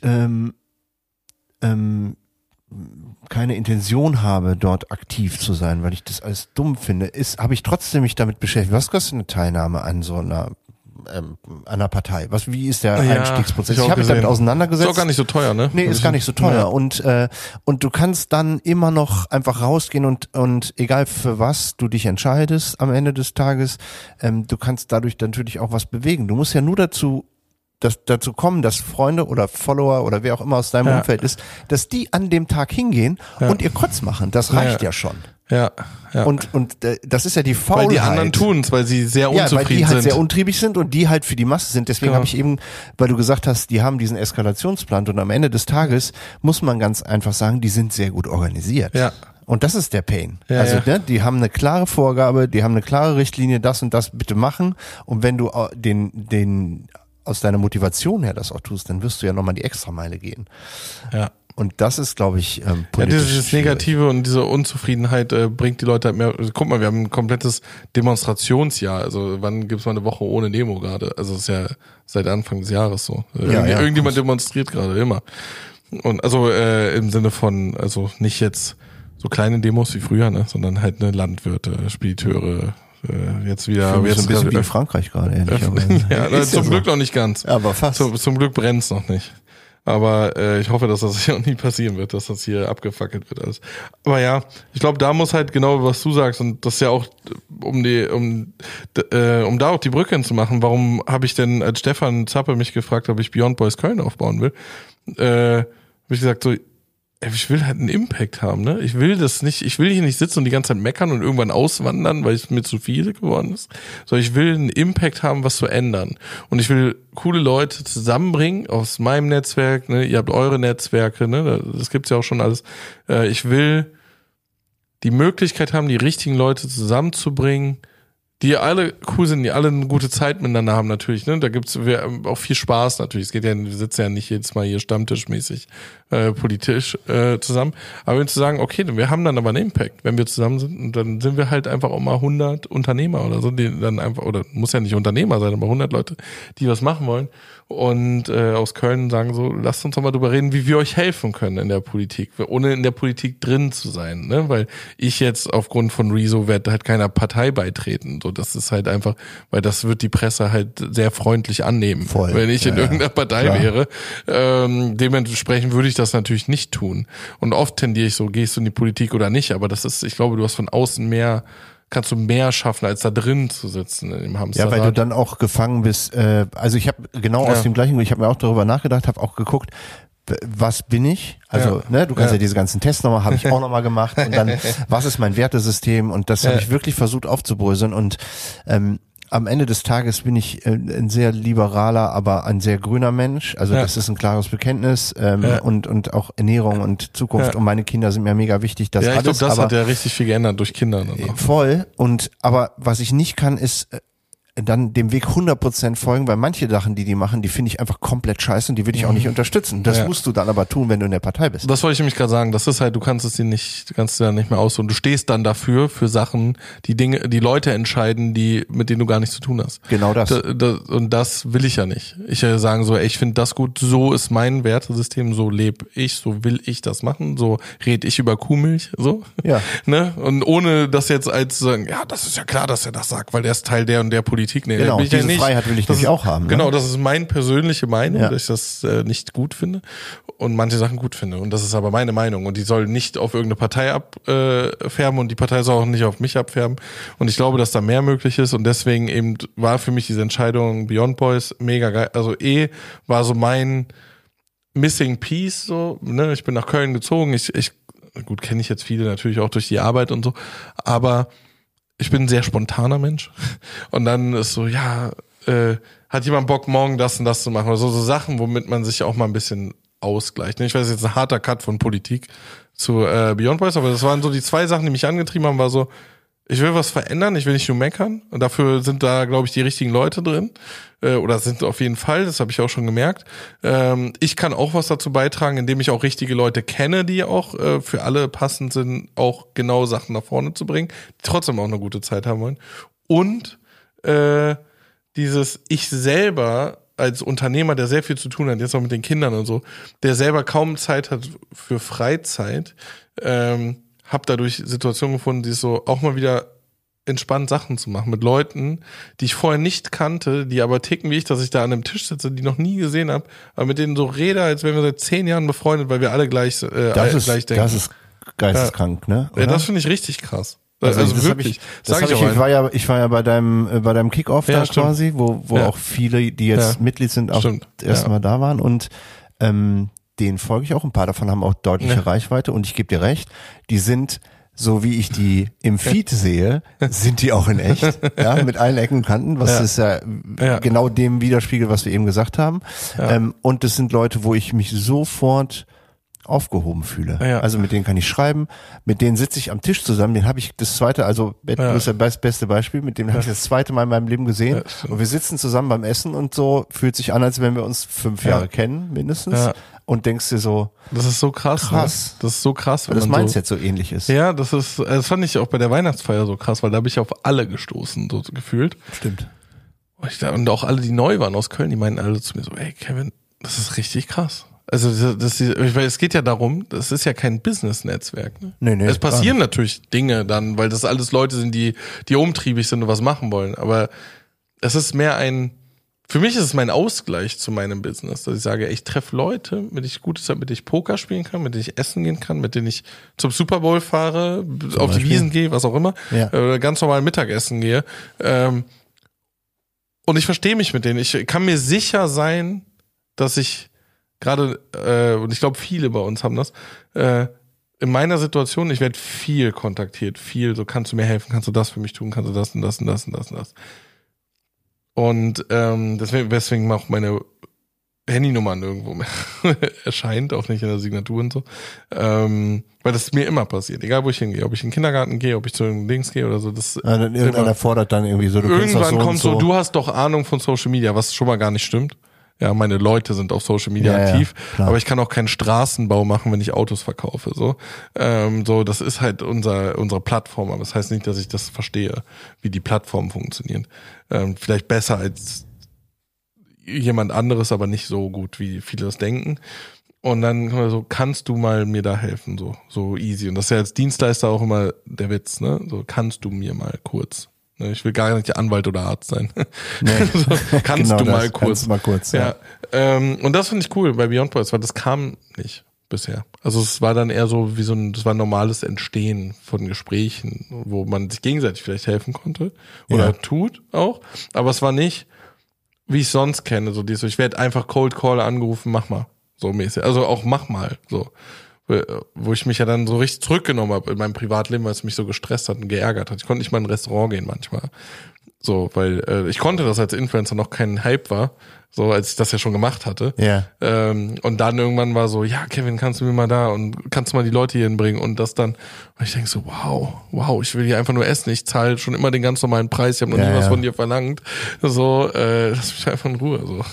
keine Intention habe, dort aktiv zu sein, weil ich das alles dumm finde, habe ich trotzdem mich damit beschäftigt. Was kostet eine Teilnahme an so einer Partei? Wie ist der Einstiegsprozess? Ich habe mich damit auseinandergesetzt. Ist auch gar nicht so teuer, ne? Nee, ist gar nicht so teuer. Ja. Und du kannst dann immer noch einfach rausgehen und egal für was du dich entscheidest am Ende des Tages, du kannst dadurch natürlich auch was bewegen. Du musst ja nur dazu kommen, dass Freunde oder Follower oder wer auch immer aus deinem Umfeld ist, dass die an dem Tag hingehen und ihr Kotz machen. Das reicht ja schon. Ja. Und das ist ja die Faulheit. Weil die anderen tun's, weil sie sehr unzufrieden sind. Ja, weil die halt sehr untriebig sind und die halt für die Masse sind. Deswegen habe ich eben, weil du gesagt hast, die haben diesen Eskalationsplan und am Ende des Tages muss man ganz einfach sagen, die sind sehr gut organisiert. Ja. Und das ist der Pain. Ja, also die haben eine klare Vorgabe, die haben eine klare Richtlinie, das und das bitte machen. Und wenn du den aus deiner Motivation her das auch tust, dann wirst du ja nochmal die Extrameile gehen. Ja. Und das ist, glaube ich, politisch dieses Negative und diese Unzufriedenheit bringt die Leute halt mehr. Guck mal, wir haben ein komplettes Demonstrationsjahr. Also wann gibt's mal eine Woche ohne Demo gerade? Also es ist ja seit Anfang des Jahres so. Irgendjemand demonstriert gerade immer. Und also im Sinne von, also nicht jetzt so kleine Demos wie früher, ne, sondern halt eine Landwirte, Spediteure, jetzt wieder. Jetzt ein bisschen wie in Frankreich gerade, ehrlicherweise. Zum Glück noch nicht ganz. Aber fast. Zum Glück brennt's noch nicht. Aber ich hoffe, dass das hier auch nie passieren wird, dass das hier abgefackelt wird alles. Aber ja, ich glaube, da muss halt genau, was du sagst, und das ist ja auch, um da auch die Brücke hinzumachen, warum habe ich denn, als Stefan Zappe mich gefragt, ob ich Beyond Boys Köln aufbauen will, habe ich gesagt, so, ich will halt einen Impact haben, ne? Ich will hier nicht sitzen und die ganze Zeit meckern und irgendwann auswandern, weil es mir zu viel geworden ist. Sondern ich will einen Impact haben, was zu ändern. Und ich will coole Leute zusammenbringen aus meinem Netzwerk, ne? Ihr habt eure Netzwerke, ne? Das gibt's ja auch schon alles. Ich will die Möglichkeit haben, die richtigen Leute zusammenzubringen, die alle cool sind, die alle eine gute Zeit miteinander haben natürlich, ne? Da gibt's auch viel Spaß natürlich. Es geht ja, wir sitzen ja nicht jedes Mal hier stammtischmäßig politisch zusammen. Aber wenn zu sagen, okay, wir haben dann aber einen Impact, wenn wir zusammen sind, und dann sind wir halt einfach auch mal 100 Unternehmer oder so, die dann einfach, oder muss ja nicht Unternehmer sein, aber 100 Leute, die was machen wollen. und aus Köln sagen so, lasst uns doch mal drüber reden, wie wir euch helfen können in der Politik, ohne in der Politik drin zu sein, ne? Weil ich jetzt aufgrund von Rezo werde halt keiner Partei beitreten, so, das ist halt einfach, weil das wird die Presse halt sehr freundlich annehmen, Voll. wenn ich in irgendeiner Partei wäre. Dementsprechend würde ich das natürlich nicht tun. Und oft tendiere ich so, gehst du in die Politik oder nicht, aber das ist, ich glaube, du hast von außen kannst du mehr schaffen, als da drin zu sitzen im Hamsterrad. Ja, weil du dann auch gefangen bist. Also ich habe genau aus dem gleichen Grund, ich habe mir auch darüber nachgedacht, habe auch geguckt, was bin ich? Also, ne, du kannst ja diese ganzen Tests nochmal, habe ich auch nochmal gemacht. Und dann, was ist mein Wertesystem? Und das habe ich wirklich versucht aufzubröseln. Und am Ende des Tages bin ich ein sehr liberaler, aber ein sehr grüner Mensch. Also das ist ein klares Bekenntnis und auch Ernährung und Zukunft. Und meine Kinder sind mir mega wichtig. Das ich alles, glaube, das hat ja richtig viel geändert durch Kinder. Voll. Aber was ich nicht kann, ist dann dem Weg 100% folgen, weil manche Sachen, die machen, die finde ich einfach komplett scheiße und die würde ich auch nicht unterstützen. Das musst du dann aber tun, wenn du in der Partei bist. Das wollte ich nämlich gerade sagen. Das ist halt, du kannst es dir nicht mehr aussuchen. Du stehst dann dafür, für Sachen, die Leute entscheiden, mit denen du gar nichts zu tun hast. Genau das. Und das will ich ja nicht. Ich sagen so, ey, ich finde das gut, so ist mein Wertesystem, so lebe ich, so will ich das machen, so rede ich über Kuhmilch, so. Ja. Ne? Und ohne das jetzt als zu sagen, ja, das ist ja klar, dass er das sagt, weil der ist Teil der und der Politik. Nee, genau, bin ich diese ja nicht. Freiheit will ich nämlich auch haben. Ne? Genau, das ist meine persönliche Meinung, dass ich das nicht gut finde und manche Sachen gut finde. Und das ist aber meine Meinung. Und die soll nicht auf irgendeine Partei abfärben und die Partei soll auch nicht auf mich abfärben. Und ich glaube, dass da mehr möglich ist. Und deswegen eben war für mich diese Entscheidung Beyond Boys mega geil. Also war so mein Missing Piece. So, ne? Ich bin nach Köln gezogen. Gut, kenne ich jetzt viele natürlich auch durch die Arbeit und so. Aber ich bin ein sehr spontaner Mensch. Und dann ist so, hat jemand Bock, morgen das und das zu machen? Oder so Sachen, womit man sich auch mal ein bisschen ausgleicht. Ich weiß, jetzt ein harter Cut von Politik zu Beyond Boys, aber das waren so die zwei Sachen, die mich angetrieben haben, war so, ich will was verändern, ich will nicht nur meckern. Und dafür sind da, glaube ich, die richtigen Leute drin. Oder sind auf jeden Fall, das habe ich auch schon gemerkt. Ich kann auch was dazu beitragen, indem ich auch richtige Leute kenne, die auch für alle passend sind, auch genau Sachen nach vorne zu bringen, die trotzdem auch eine gute Zeit haben wollen. Und ich selber als Unternehmer, der sehr viel zu tun hat, jetzt auch mit den Kindern und so, der selber kaum Zeit hat für Freizeit, habe dadurch Situationen gefunden, die so auch mal wieder entspannt Sachen zu machen mit Leuten, die ich vorher nicht kannte, die aber ticken wie ich, dass ich da an einem Tisch sitze, die noch nie gesehen habe, aber mit denen so rede, als wären wir seit 10 Jahren befreundet, weil wir alle gleich denken. Das ist geisteskrank, ne? Oder? Ja, das finde ich richtig krass. Also das wirklich. Ich war ja bei deinem Kick-Off da stimmt. quasi, wo auch viele, die jetzt Mitglied sind, auch erstmal da waren und denen folge ich auch. Ein paar davon haben auch deutliche Reichweite und ich gebe dir recht, die sind, so wie ich die im Feed sehe, sind die auch in echt, mit allen Ecken und Kanten, was ist genau dem widerspiegelt, was wir eben gesagt haben. Und das sind Leute, wo ich mich sofort aufgehoben fühle. Ja. Also mit denen kann ich schreiben, mit denen sitze ich am Tisch zusammen, den habe ich das zweite, also du bist das beste Beispiel, mit dem habe ich das zweite Mal in meinem Leben gesehen und wir sitzen zusammen beim Essen und so, fühlt sich an, als wenn wir uns 5 Jahre kennen, mindestens und denkst dir so, das ist so krass. Ne? Das ist so krass, wenn das Mindset so ähnlich ist. Ja, das fand ich auch bei der Weihnachtsfeier so krass, weil da habe ich auf alle gestoßen, so gefühlt. Stimmt. Und auch alle, die neu waren aus Köln, die meinten alle zu mir so, ey Kevin, das ist richtig krass. Also weil es geht ja darum, das ist ja kein Business-Netzwerk. Ne? Nee, es passieren natürlich Dinge dann, weil das alles Leute sind, die umtriebig sind und was machen wollen. Aber es ist mehr für mich ist es mein Ausgleich zu meinem Business, dass ich sage, ich treffe Leute, mit denen ich Gutes habe, mit denen ich Poker spielen kann, mit denen ich essen gehen kann, mit denen ich zum Super Bowl fahre, auf die Wiesen gehe, was auch immer, oder ganz normal Mittagessen gehe. Und ich verstehe mich mit denen. Ich kann mir sicher sein, dass ich gerade, und ich glaube, viele bei uns haben das, in meiner Situation, ich werde viel kontaktiert, viel, so, kannst du mir helfen, kannst du das für mich tun, kannst du das und das und das und das und das. Und deswegen auch meine Handynummer nirgendwo mehr erscheint, auch nicht in der Signatur und so. Weil das mir immer passiert, egal wo ich hingehe, ob ich in den Kindergarten gehe, ob ich zu den Dings gehe oder so. Dann irgendeiner fordert dann irgendwie so, irgendwann kommt so, du hast doch Ahnung von Social Media, was schon mal gar nicht stimmt. Ja, meine Leute sind auf Social Media aktiv, aber ich kann auch keinen Straßenbau machen, wenn ich Autos verkaufe. So, das ist halt unsere Plattform, aber das heißt nicht, dass ich das verstehe, wie die Plattform funktioniert. Vielleicht besser als jemand anderes, aber nicht so gut, wie viele das denken. Und dann so, kannst du mal mir da helfen, so easy. Und das ist ja als Dienstleister auch immer der Witz, ne? So, kannst du mir mal kurz. Ich will gar nicht Anwalt oder Arzt sein. Nee. So, kannst Genau du mal das, kurz. kannst du mal kurz, ja. Und das finde ich cool bei Beyond Boys, weil das kam nicht bisher. Also es war dann eher so wie das war ein normales Entstehen von Gesprächen, wo man sich gegenseitig vielleicht helfen konnte oder tut auch. Aber es war nicht, wie ich sonst kenne, so ich werde einfach Cold Call angerufen, mach mal. So mäßig. Also auch mach mal. So. Wo ich mich ja dann so richtig zurückgenommen habe in meinem Privatleben, weil es mich so gestresst hat und geärgert hat. Ich konnte nicht mal in ein Restaurant gehen manchmal. So, weil ich konnte das als Influencer noch kein Hype war, so als ich das ja schon gemacht hatte. Ja. Und dann irgendwann war so, ja, Kevin, kannst du mir mal da und kannst du mal die Leute hier hinbringen und das dann. Und ich denke so, wow, ich will hier einfach nur essen. Ich zahle schon immer den ganz normalen Preis. Ich habe noch nie was von dir verlangt. So, lass mich einfach in Ruhe. So.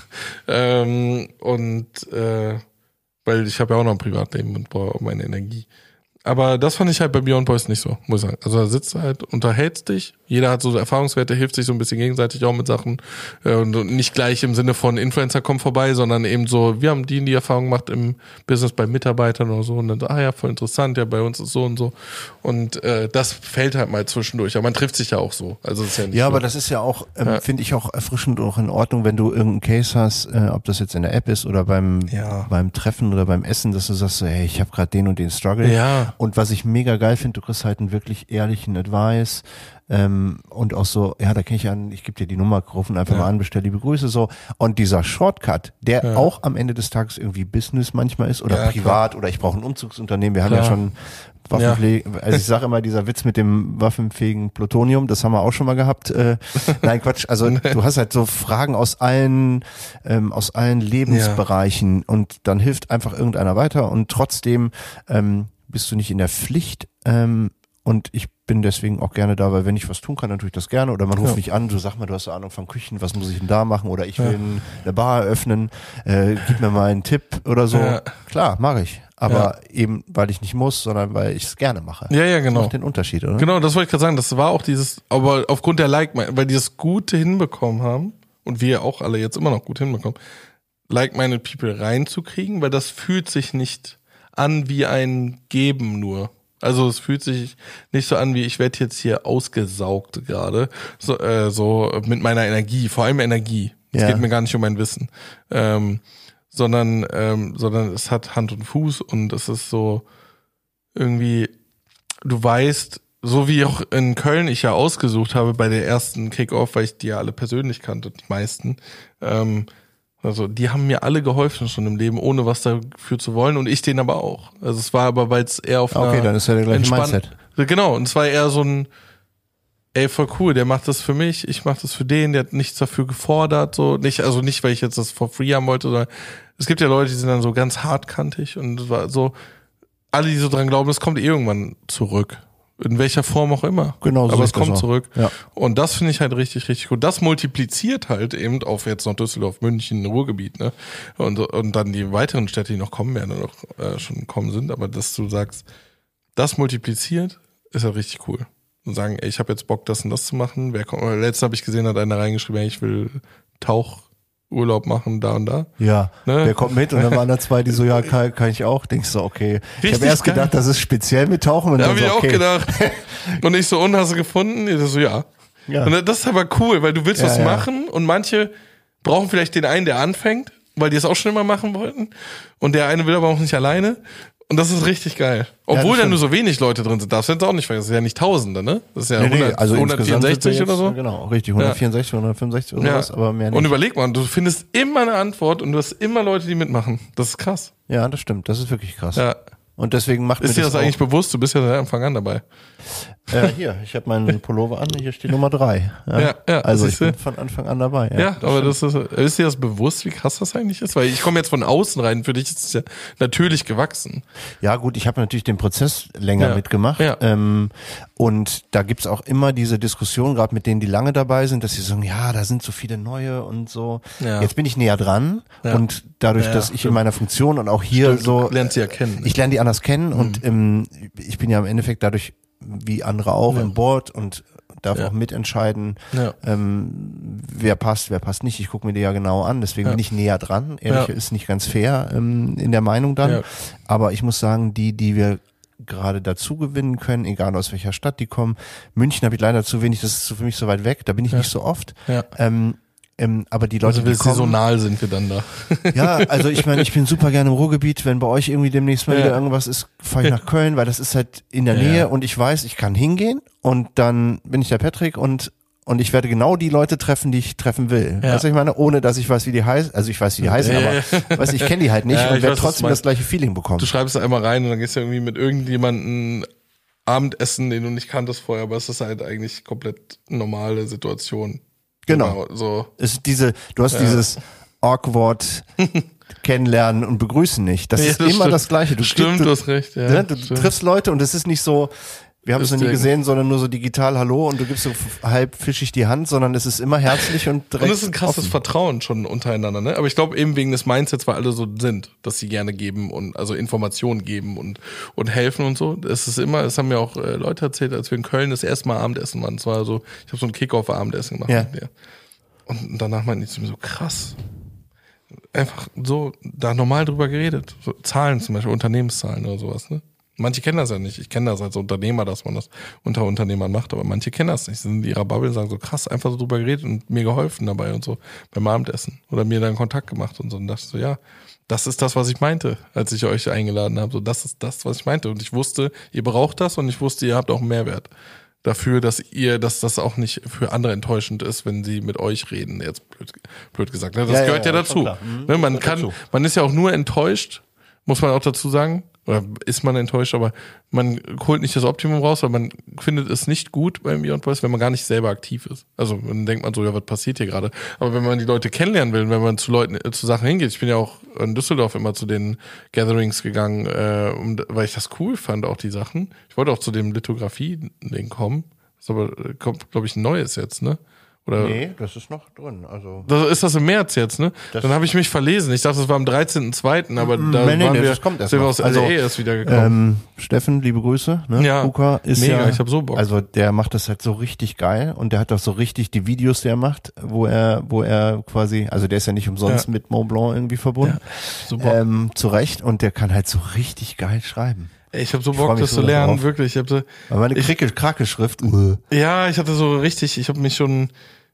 Weil ich habe ja auch noch ein Privatleben und brauche auch meine Energie. Aber das fand ich halt bei Beyond Boys nicht so, muss ich sagen. Also da sitzt du halt, unterhältst dich, jeder hat so Erfahrungswerte, hilft sich so ein bisschen gegenseitig auch mit Sachen und nicht gleich im Sinne von Influencer kommen vorbei, sondern eben so, wir haben die Erfahrung gemacht im Business bei Mitarbeitern oder so und dann so, ja, voll interessant, ja, bei uns ist so und so und das fällt halt mal zwischendurch, aber man trifft sich ja auch so. Also das ist ja nicht aber das ist ja auch, finde ich auch erfrischend, auch in Ordnung, wenn du irgendeinen Case hast, ob das jetzt in der App ist oder beim Treffen oder beim Essen, dass du sagst so, hey, ich habe gerade den und den Struggle. Ja. Und was ich mega geil finde, du kriegst halt einen wirklich ehrlichen Advice und auch so, ja, da kenne ich an, ich gebe dir die Nummer, rufen einfach mal an, bestell liebe Grüße so. Und dieser Shortcut, der auch am Ende des Tages irgendwie Business manchmal ist oder privat oder ich brauche ein Umzugsunternehmen, wir haben ja schon Waffenpflege, also ich sage immer, dieser Witz mit dem waffenfähigen Plutonium, das haben wir auch schon mal gehabt. Nein, Quatsch, also du hast halt so Fragen aus allen Lebensbereichen und dann hilft einfach irgendeiner weiter und trotzdem bist du nicht in der Pflicht und ich bin deswegen auch gerne da, weil wenn ich was tun kann, dann tue ich das gerne oder man ruft mich an, du sag mal, du hast Ahnung von Küchen, was muss ich denn da machen oder ich will eine Bar eröffnen, gib mir mal einen Tipp oder so. Ja. Klar, mache ich. Aber eben, weil ich nicht muss, sondern weil ich es gerne mache. Ja, genau. Das macht den Unterschied, oder? Genau, das wollte ich gerade sagen. Das war auch aber aufgrund der weil die das Gute hinbekommen haben und wir auch alle jetzt immer noch gut hinbekommen, Like-Minded People reinzukriegen, weil das fühlt sich nicht an wie ein Geben nur. Also es fühlt sich nicht so an wie, ich werde jetzt hier ausgesaugt gerade, so mit meiner Energie, vor allem Energie. Es geht mir gar nicht um mein Wissen. Sondern es hat Hand und Fuß und es ist so irgendwie, du weißt, so wie auch in Köln ich ja ausgesucht habe bei der ersten Kick-Off, weil ich die ja alle persönlich kannte, die meisten, also die haben mir alle geholfen schon im Leben, ohne was dafür zu wollen und ich denen aber auch. Also es war aber, weil es eher auf einer dann ist ja der gleiche Mindset. Genau, und es war eher so ein voll cool, der macht das für mich, ich mach das für den, der hat nichts dafür gefordert, so nicht, weil ich jetzt das for free haben wollte, sondern es gibt ja Leute, die sind dann so ganz hartkantig und es war so, alle, die so dran glauben, es kommt irgendwann zurück. In welcher Form auch immer. Genau, so aber es kommt zurück. Ja. Und das finde ich halt richtig, richtig gut. Das multipliziert halt eben auf jetzt noch Düsseldorf, München, Ruhrgebiet, ne? Und dann die weiteren Städte, die noch kommen werden oder noch schon kommen sind, aber dass du sagst, das multipliziert, ist halt richtig cool. Und sagen, ey, ich habe jetzt Bock, das und das zu machen. Letztens habe ich gesehen, hat einer reingeschrieben, ey, ich will Tauchurlaub machen, da und da. Ja, ne? Wer kommt mit? Und dann waren da zwei, die so, ja, kann ich auch. Denkst du, okay. Richtig, ich habe erst gedacht, das ist speziell mit Tauchen. Und da dann habe ich okay. auch gedacht. Und ich so, und hast du gefunden? Ich so, ja. Und das ist aber cool, weil du willst was machen und manche brauchen vielleicht den einen, der anfängt, weil die es auch schon immer machen wollten. Und der eine will aber auch nicht alleine. Und das ist richtig geil. Obwohl da nur so wenig Leute drin sind, darfst du jetzt auch nicht vergessen. Das ist ja nicht Tausende, ne? Das ist ja 164 oder so. Genau, richtig. 164, 165 oder sowas, aber mehr nicht. Und überleg mal, du findest immer eine Antwort und du hast immer Leute, die mitmachen. Das ist krass. Ja, das stimmt. Das ist wirklich krass. Ja. Und deswegen macht ist dir das eigentlich bewusst? Du bist ja seit Anfang an dabei. Hier, ich habe meinen Pullover an, hier steht Nummer 3. Ja, also ich bin von Anfang an dabei. Ja, aber ist dir das bewusst, wie krass das eigentlich ist? Weil ich komme jetzt von außen rein, für dich ist es ja natürlich gewachsen. Ja gut, ich habe natürlich den Prozess länger mitgemacht. Ja. Und da gibt's auch immer diese Diskussion, gerade mit denen, die lange dabei sind, dass sie sagen, ja, da sind so viele neue und so. Ja. Jetzt bin ich näher dran und dadurch, dass ich in meiner Funktion und auch hier so... Du lernst sie ja kennen. Ich lerne die anders kennen und ich bin ja im Endeffekt dadurch wie andere auch im Board und darf auch mitentscheiden, Ja. wer passt nicht. Ich gucke mir die ja genau an, deswegen bin ich näher dran. Ehrlich, ist nicht ganz fair in der Meinung dann. Ja. Aber ich muss sagen, die wir gerade dazu gewinnen können, egal aus welcher Stadt die kommen. München habe ich leider zu wenig, das ist für mich so weit weg, da bin ich nicht so oft. Ja. Aber die Leute, also die kommen, saisonal sind wir dann da. Ja, also ich meine, ich bin super gerne im Ruhrgebiet. Wenn bei euch irgendwie demnächst mal wieder irgendwas ist, fahre ich nach Köln, weil das ist halt in der Nähe und ich weiß, ich kann hingehen und dann bin ich der Patrick und ich werde genau die Leute treffen, die ich treffen will. Weißt du, ich meine, ohne dass ich weiß, wie die heißen. Also ich weiß, wie die heißen, aber ich kenne die halt nicht und werde trotzdem das gleiche Feeling bekommen. Du schreibst da einmal rein und dann gehst du irgendwie mit irgendjemandem Abendessen, den du nicht kanntest vorher, aber es ist halt eigentlich komplett normale Situation. Genau. So. Es ist du hast dieses awkward Kennenlernen und Begrüßen nicht. Das ist immer stimmt. das Gleiche. Du hast recht. Ja, du triffst Leute und es ist nicht so, wir haben es noch nie gesehen, sondern nur so digital Hallo und du gibst so halb fischig die Hand, sondern es ist immer herzlich und direkt. Und es ist ein krasses Vertrauen schon untereinander, ne? Aber ich glaube eben wegen des Mindsets, weil alle so sind, dass sie gerne geben und also Informationen geben und helfen und so. Es haben mir auch Leute erzählt, als wir in Köln das erste Mal Abendessen waren. Es war so, ich habe so ein Kick-Off-Abendessen gemacht mit mir. Und danach meinten die zu mir so, krass. Einfach so da normal drüber geredet. So Zahlen zum Beispiel, Unternehmenszahlen oder sowas, ne? Manche kennen das ja nicht. Ich kenne das als Unternehmer, dass man das unter Unternehmern macht, aber manche kennen das nicht. Sie sind in ihrer Bubble und sagen so, krass, einfach so drüber geredet und mir geholfen dabei und so beim Abendessen. Oder mir dann Kontakt gemacht und so. Und dachte so, ja, das ist das, was ich meinte, als ich euch eingeladen habe. So, das ist das, was ich meinte. Und ich wusste, ihr braucht das und ich wusste, ihr habt auch einen Mehrwert dafür, dass das auch nicht für andere enttäuschend ist, wenn sie mit euch reden. Jetzt blöd gesagt. Das gehört ja dazu. Man ist ja auch nur enttäuscht, muss man auch dazu sagen. Oder ist man enttäuscht, aber man holt nicht das Optimum raus, weil man findet es nicht gut beim Beyond Boys, wenn man gar nicht selber aktiv ist. Also dann denkt man so, ja, was passiert hier gerade? Aber wenn man die Leute kennenlernen will, wenn man zu Sachen hingeht, ich bin ja auch in Düsseldorf immer zu den Gatherings gegangen, weil ich das cool fand, auch die Sachen. Ich wollte auch zu dem Lithografie-Ding kommen. Das ist aber, kommt, glaube ich, ein neues jetzt, ne? Oder nee, das ist noch drin. Also ist das im März jetzt, ne? Dann habe ich mich verlesen. Ich dachte, das war am 13.2., aber da sind wir aus LA erst wieder gekommen. Steffen, liebe Grüße. Ne? Ja, Kuka ist mega, ich hab so Bock. Also der macht das halt so richtig geil und der hat auch so richtig die Videos, die er macht, wo er quasi, also der ist ja nicht umsonst mit Mont Blanc irgendwie verbunden. Ja, super. Zu Recht und der kann halt so richtig geil schreiben. Ich habe so Bock, das zu lernen, drauf. Wirklich. Aber meine Krake-Schrift. Ja, ich hatte so richtig, ich habe mich schon,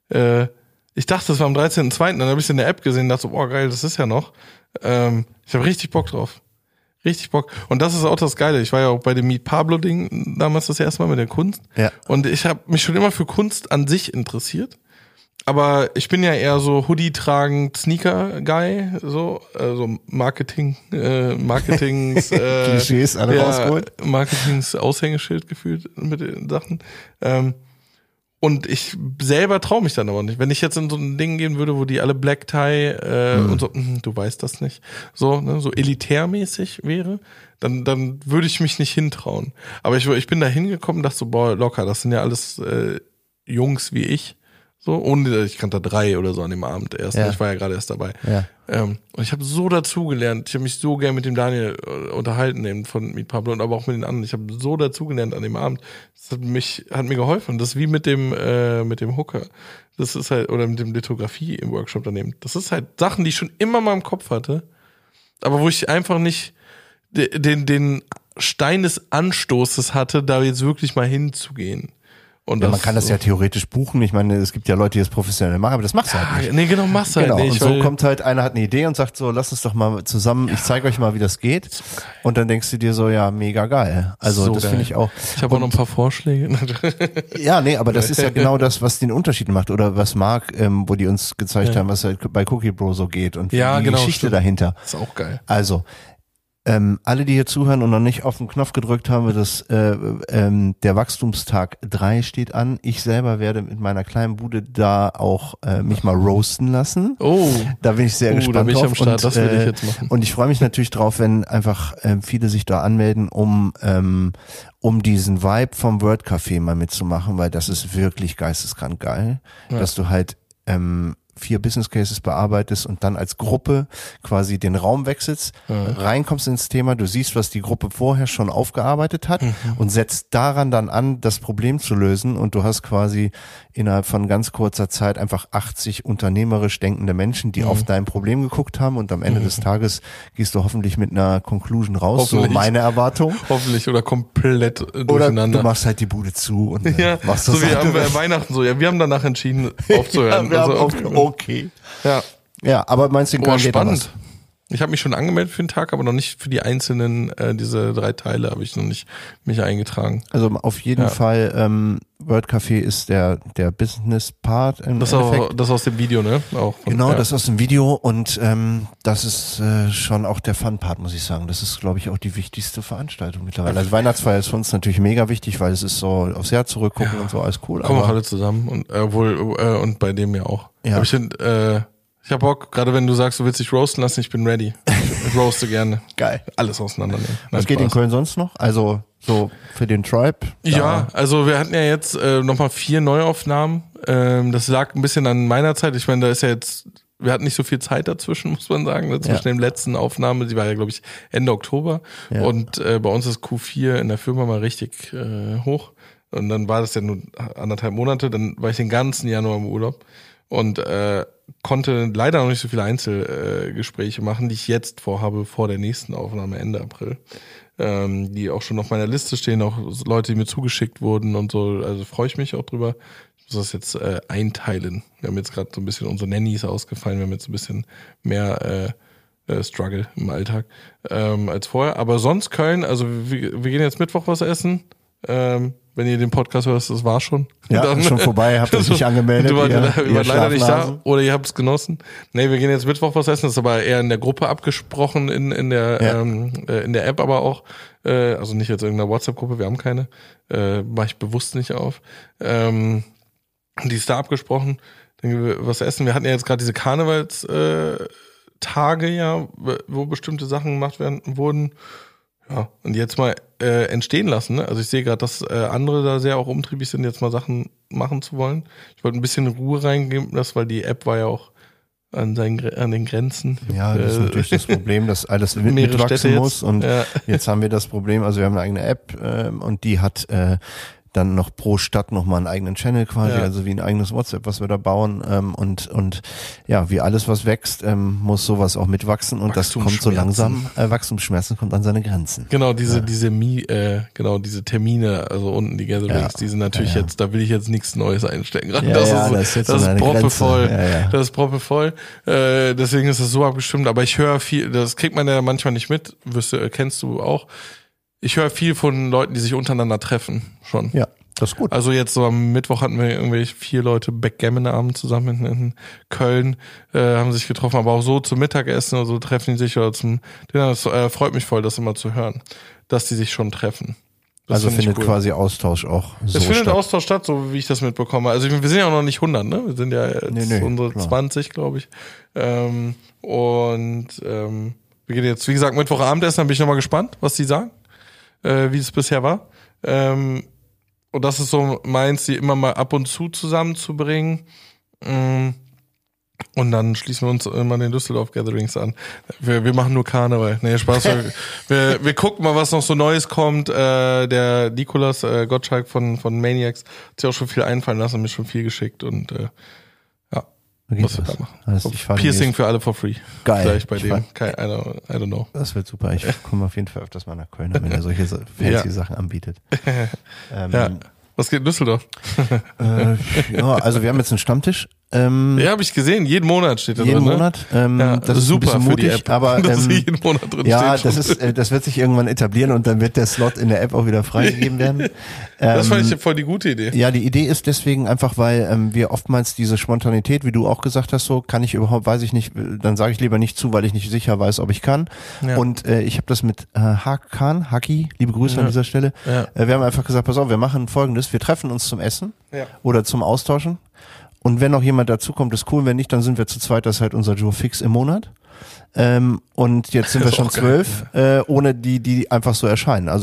ich dachte, das war am 13.2., dann habe ich es in der App gesehen und dachte so, boah, geil, das ist ja noch. Ich habe richtig Bock drauf. Richtig Bock. Und das ist auch das Geile. Ich war ja auch bei dem Meet Pablo-Ding damals das erste Mal mit der Kunst. Ja. Und ich habe mich schon immer für Kunst an sich interessiert. Aber ich bin ja eher so Hoodie tragend Sneaker-Guy, so Marketings Klischees alle rausgeholt. Marketings Aushängeschild gefühlt mit den Sachen. Und ich selber traue mich dann aber nicht. Wenn ich jetzt in so ein Ding gehen würde, wo die alle Black Tie und so, du weißt das nicht, so, ne, so elitärmäßig wäre, dann würde ich mich nicht hintrauen. Aber ich bin da hingekommen und dachte so, boah, locker, das sind ja alles Jungs wie ich. So, ich kannte 3 oder so an dem Abend erst. Ja. Ich war ja gerade erst dabei. Ja. Und ich habe so dazugelernt. Ich habe mich so gern mit dem Daniel unterhalten, eben von Meet Pablo und aber auch mit den anderen. Ich habe so dazugelernt an dem Abend. Das hat mir geholfen. Das ist wie mit dem Hooker. Das ist halt, oder mit dem Lithografie im Workshop daneben. Das ist halt Sachen, die ich schon immer mal im Kopf hatte, aber wo ich einfach nicht den Stein des Anstoßes hatte, da jetzt wirklich mal hinzugehen. Und ja, man kann das ja theoretisch buchen. Ich meine, es gibt ja Leute, die das professionell machen, aber das machst du halt nicht. Nee, genau, machst du halt nicht. Und so kommt halt, einer hat eine Idee und sagt so, lass uns doch mal zusammen, ich zeige euch mal, wie das geht. So und dann denkst du dir so, ja, mega geil. Also so das finde ich auch. Ich habe auch noch ein paar Vorschläge. Ja, nee, aber das ist ja genau das, was den Unterschied macht. Oder was Marc, wo die uns gezeigt haben, was halt bei Cookie Bro so geht und die Geschichte dahinter. Das ist auch geil. Also, alle, die hier zuhören und noch nicht auf den Knopf gedrückt haben, der Wachstumstag 3 steht an. Ich selber werde mit meiner kleinen Bude da auch mich mal roasten lassen. Oh, da bin ich sehr gespannt da bin ich am Start. Das will ich jetzt machen. Und ich freue mich natürlich drauf, wenn einfach viele sich da anmelden, um diesen Vibe vom Word Café mal mitzumachen, weil das ist wirklich geisteskrank geil, dass du halt 4 Business Cases bearbeitest und dann als Gruppe quasi den Raum wechselst, reinkommst ins Thema, du siehst, was die Gruppe vorher schon aufgearbeitet hat und setzt daran dann an, das Problem zu lösen und du hast quasi innerhalb von ganz kurzer Zeit einfach 80 unternehmerisch denkende Menschen, die auf dein Problem geguckt haben und am Ende des Tages gehst du hoffentlich mit einer Conclusion raus, so meine Erwartung. Hoffentlich oder komplett durcheinander. Oder du machst halt die Bude zu und machst das so wie am Weihnachten so. Ja, wir haben danach entschieden aufzuhören. Okay. Ja, aber meinst du, geht spannend. Ich habe mich schon angemeldet für den Tag, aber noch nicht für die einzelnen, diese 3 Teile habe ich noch nicht mich eingetragen. Also auf jeden Fall, Word Café ist der Business-Part im Endeffekt. Das aus dem Video, ne? Auch das aus dem Video und das ist schon auch der Fun-Part, muss ich sagen. Das ist, glaube ich, auch die wichtigste Veranstaltung mittlerweile. Also Weihnachtsfeier ist für uns natürlich mega wichtig, weil es ist so aufs Jahr zurückgucken und so, alles cool. Kommen auch alle zusammen und und bei dem ja auch. Ja. Aber ich hab Bock, gerade wenn du sagst, du willst dich roasten lassen, ich bin ready. Ich roaste gerne. Geil. Alles auseinandernehmen. Was geht in Köln sonst noch? Also so für den Tribe? Ja, also wir hatten ja jetzt nochmal 4 Neuaufnahmen. Das lag ein bisschen an meiner Zeit. Ich meine, da ist ja jetzt, wir hatten nicht so viel Zeit dazwischen, muss man sagen, zwischen den letzten Aufnahmen. Die war ja, glaube ich, Ende Oktober. Ja. Und bei uns ist Q4 in der Firma mal richtig hoch. Und dann war das ja nur 1,5 Monate. Dann war ich den ganzen Januar im Urlaub. Und konnte leider noch nicht so viele Einzelgespräche machen, die ich jetzt vorhabe, vor der nächsten Aufnahme Ende April. Die auch schon auf meiner Liste stehen, auch Leute, die mir zugeschickt wurden und so. Also freue ich mich auch drüber. Ich muss das jetzt einteilen. Wir haben jetzt gerade so ein bisschen unsere Nannies ausgefallen. Wir haben jetzt ein bisschen mehr Struggle im Alltag als vorher. Aber sonst Köln, also wir gehen jetzt Mittwoch was essen. Wenn ihr den Podcast hörst, das war schon. Ja, dann, ist schon vorbei, habt ihr euch nicht angemeldet. Ihr wart leider nicht da oder ihr habt es genossen. Nee, wir gehen jetzt Mittwoch was essen, das ist aber eher in der Gruppe abgesprochen, in der App aber auch. Also nicht jetzt irgendeiner WhatsApp-Gruppe, wir haben keine. War ich bewusst nicht auf. Die ist da abgesprochen. Dann gehen wir was essen. Wir hatten ja jetzt gerade diese Karnevalstage, wo bestimmte Sachen gemacht wurden. Ja, und jetzt mal entstehen lassen. Ne? Also ich sehe gerade, dass andere da sehr auch umtriebig sind, jetzt mal Sachen machen zu wollen. Ich wollte ein bisschen Ruhe reingeben, weil die App war ja auch an den Grenzen. Ja, das ist natürlich das Problem, dass alles mitwachsen muss. Und jetzt haben wir das Problem, also wir haben eine eigene App und die hat dann noch pro Stadt nochmal einen eigenen Channel quasi, also wie ein eigenes WhatsApp, was wir da bauen und ja, wie alles, was wächst, muss sowas auch mitwachsen und das kommt so langsam, Wachstumsschmerzen kommt an seine Grenzen. Genau, diese Termine, also unten die Gatherings, die sind natürlich jetzt, da will ich jetzt nichts Neues einstecken. Das ist proppevoll. Das ist proppevoll. Deswegen ist das so abgestimmt, aber ich höre viel, das kriegt man ja manchmal nicht mit, kennst du auch. Ich höre viel von Leuten, die sich untereinander treffen, schon. Ja, das ist gut. Also jetzt so am Mittwoch hatten wir irgendwie 4 Leute Backgammon-Abend zusammen in Köln, haben sich getroffen, aber auch so zum Mittagessen oder so treffen die sich oder zum Dinner. Das freut mich voll, das immer zu hören, dass die sich schon treffen. Das also findet quasi Austausch auch so Es findet Austausch statt, so wie ich das mitbekomme. Also wir sind ja auch noch nicht 100, ne? Wir sind ja jetzt unsere klar. 20, glaube ich. Wir gehen jetzt, wie gesagt, Mittwochabend essen, dann bin ich nochmal gespannt, was die sagen. Wie es bisher war. Und das ist so meins, die immer mal ab und zu zusammenzubringen. Und dann schließen wir uns immer den Düsseldorf-Gatherings an. Wir machen nur Karneval. Nee, Spaß. Wir gucken mal, was noch so Neues kommt. Der Nikolas Gottschalk von Maniacs hat sich auch schon viel einfallen lassen, mir schon viel geschickt und was wir da machen. Also Piercing für alle for free. Geil. Vielleicht bei dem. I don't know. Das wird super. Ich komme auf jeden Fall öfters mal nach Köln, wenn er solche fancy Sachen anbietet. Was geht in Düsseldorf? Also wir haben jetzt einen Stammtisch. Habe ich gesehen. Jeden Monat steht da drin. Jeden Monat. Das ist super ein bisschen mutig, für die App, aber dass jeden Monat drin steht. Das wird sich irgendwann etablieren und dann wird der Slot in der App auch wieder freigegeben werden. Das fand ich voll die gute Idee. Ja, die Idee ist deswegen einfach, weil wir oftmals diese Spontanität, wie du auch gesagt hast, so kann ich überhaupt, weiß ich nicht, dann sage ich lieber nicht zu, weil ich nicht sicher weiß, ob ich kann. Ja. Und ich habe das mit Haki, liebe Grüße an dieser Stelle. Ja. Wir haben einfach gesagt, pass auf, wir machen Folgendes, wir treffen uns zum Essen oder zum Austauschen. Und wenn noch jemand dazukommt, ist cool. Wenn nicht, dann sind wir zu zweit. Das ist halt unser Joe Fix im Monat. Und jetzt sind wir schon 12, ohne die einfach so erscheinen. Also ich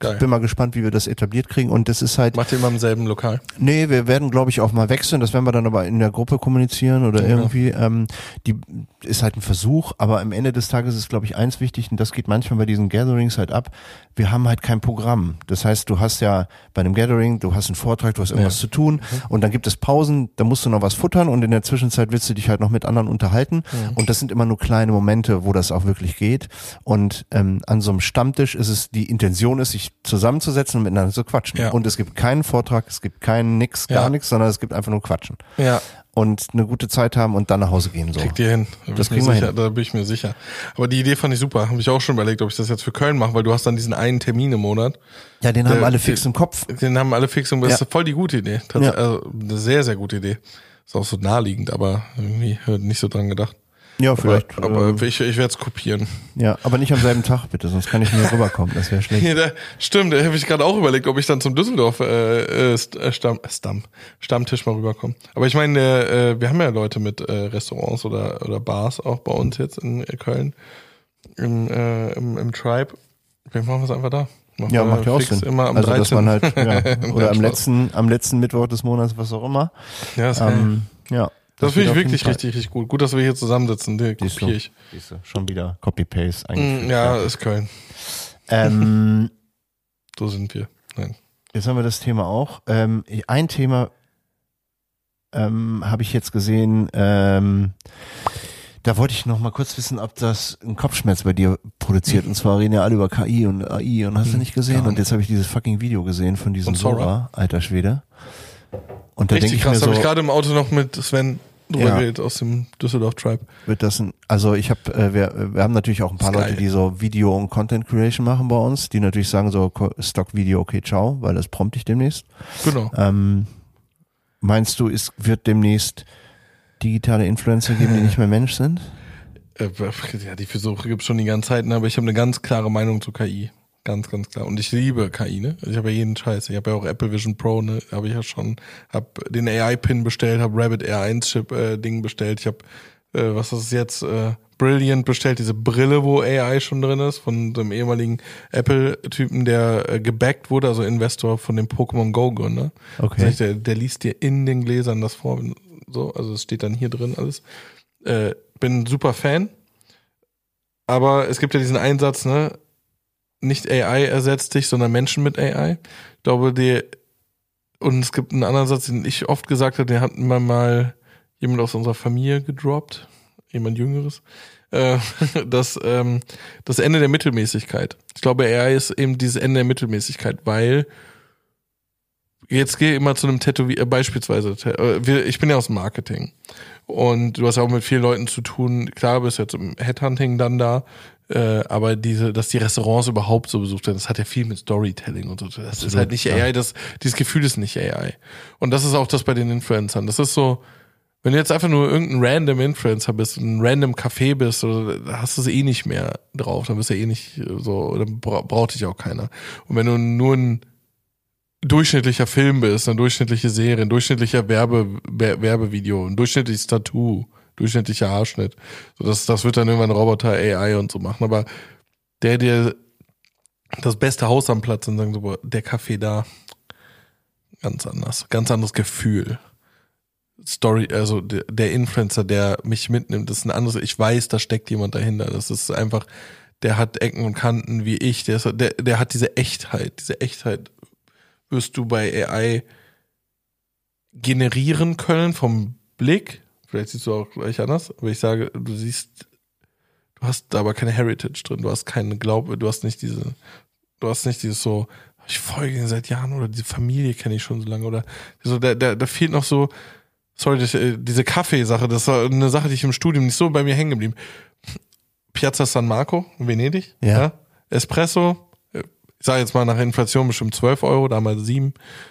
Geil. bin mal gespannt, wie wir das etabliert kriegen. Und das ist halt. Macht ihr immer im selben Lokal? Nee, wir werden, glaube ich, auch mal wechseln. Das werden wir dann aber in der Gruppe kommunizieren oder irgendwie. Die ist halt ein Versuch, aber am Ende des Tages ist, glaube ich, eins wichtig, und das geht manchmal bei diesen Gatherings halt ab. Wir haben halt kein Programm. Das heißt, du hast ja bei einem Gathering, du hast einen Vortrag, du hast irgendwas zu tun und dann gibt es Pausen, da musst du noch was futtern und in der Zwischenzeit willst du dich halt noch mit anderen unterhalten. Und das sind immer nur kleine Momente, wo das auch wirklich geht. Und an so einem Stammtisch ist es, die Intention ist, sich zusammenzusetzen und miteinander zu quatschen. Ja. Und es gibt keinen Vortrag, es gibt keinen nix, gar nichts, sondern es gibt einfach nur Quatschen. Ja. Und eine gute Zeit haben und dann nach Hause gehen. So. Kriegt ihr hin. Das kriegen wir hin. Da bin ich mir sicher. Aber die Idee fand ich super. Habe ich auch schon überlegt, ob ich das jetzt für Köln mache, weil du hast dann diesen einen Termin im Monat. Ja, den haben alle fix im Kopf. Den haben alle fix im Kopf. Das ist voll die gute Idee. Ja. Also eine sehr, sehr gute Idee. Ist auch so naheliegend, aber irgendwie nicht so dran gedacht. Ja, vielleicht. Aber ich werde es kopieren. Ja, aber nicht am selben Tag, bitte, sonst kann ich nicht rüberkommen. Das wäre schlecht. Ja, stimmt, da habe ich gerade auch überlegt, ob ich dann zum Düsseldorf Stammtisch mal rüberkomme. Aber ich meine, wir haben ja Leute mit Restaurants oder Bars auch bei uns jetzt in Köln im Tribe. Vielleicht machen wir es einfach da. Ja, macht ja auch Sinn. Immer am also 13. dass man halt oder am letzten Mittwoch des Monats, was auch immer. Ja, ist geil. Ja. Das finde ich wirklich richtig gut. Gut, dass wir hier zusammensitzen. Den kopiere ich. Siehst du, schon wieder Copy-Paste eingefügt. Ja, ist Köln. So sind wir. Nein. Jetzt haben wir das Thema auch. Ein Thema habe ich jetzt gesehen, da wollte ich noch mal kurz wissen, ob das einen Kopfschmerz bei dir produziert. Und zwar reden ja alle über KI und AI und hast du nicht gesehen? Und jetzt habe ich dieses fucking Video gesehen von diesem Sora, alter Schwede. Und da denke ich mir so, habe ich gerade im Auto noch mit Sven drüber geredet aus dem Düsseldorf Tribe. Wird das also ich habe, wir haben natürlich auch ein paar Leute, die so Video und Content Creation machen bei uns, die natürlich sagen so Stock Video, okay, ciao, weil das prompt ich demnächst. Genau. Meinst du, es wird demnächst digitale Influencer geben, die nicht mehr Mensch sind? Ja, die Versuche gibt es schon die ganze Zeit, aber ich habe eine ganz klare Meinung zu KI. Ganz, ganz klar. Und ich liebe KI, ne? Ich habe ja jeden Scheiß. Ich habe ja auch Apple Vision Pro, ne? Habe ich ja schon. Hab den AI-Pin bestellt, habe Rabbit R1-Chip-Ding bestellt. Ich habe, was ist es jetzt? Brilliant bestellt, diese Brille, wo AI schon drin ist, von dem ehemaligen Apple-Typen, der gebackt wurde, also Investor von dem Pokémon Go-Gründer. Okay. Das heißt, der liest dir in den Gläsern das vor, so, also es steht dann hier drin alles. Bin super Fan, aber es gibt ja diesen Einsatz, ne? Nicht AI ersetzt dich, sondern Menschen mit AI. Ich glaube, und es gibt einen anderen Satz, den ich oft gesagt habe, den hat mal jemand aus unserer Familie gedroppt, jemand Jüngeres, das Ende der Mittelmäßigkeit. Ich glaube, AI ist eben dieses Ende der Mittelmäßigkeit, weil jetzt gehe ich immer zu einem Tätowier, beispielsweise, ich bin ja aus dem Marketing und du hast ja auch mit vielen Leuten zu tun, klar, bist jetzt im Headhunting dann da, aber dass die Restaurants überhaupt so besucht werden, das hat ja viel mit Storytelling und so. Das Absolut, ist halt nicht AI, dieses Gefühl ist nicht AI. Und das ist auch das bei den Influencern. Das ist so, wenn du jetzt einfach nur irgendein random Influencer bist, ein random Café bist, oder da hast du es eh nicht mehr drauf, dann bist du eh nicht so, dann braucht dich auch keiner. Und wenn du nur ein durchschnittlicher Film bist, eine durchschnittliche Serie, ein durchschnittlicher Werbevideo, ein durchschnittliches Tattoo, durchschnittlicher Haarschnitt. So, das wird dann irgendwann Roboter, AI und so machen. Aber der das beste Haus am Platz und sagen so, boah, der Kaffee da, ganz anders. Ganz anderes Gefühl. Story, also der Influencer, der mich mitnimmt, das ist ein anderes, ich weiß, da steckt jemand dahinter. Das ist einfach, der hat Ecken und Kanten wie ich, der hat diese Echtheit wirst du bei AI generieren können vom Blick. Vielleicht siehst du auch gleich anders, aber ich sage, du hast da aber keine Heritage drin, du hast keine Glaube, du hast nicht dieses so, ich folge ihn seit Jahren oder diese Familie kenne ich schon so lange oder so, da fehlt noch so, sorry, diese Kaffeesache, das war eine Sache, die ich im Studium nicht so bei mir hängen geblieben. Piazza San Marco, Venedig, ja. Espresso, ich sage jetzt mal nach Inflation bestimmt 12 €, damals 7.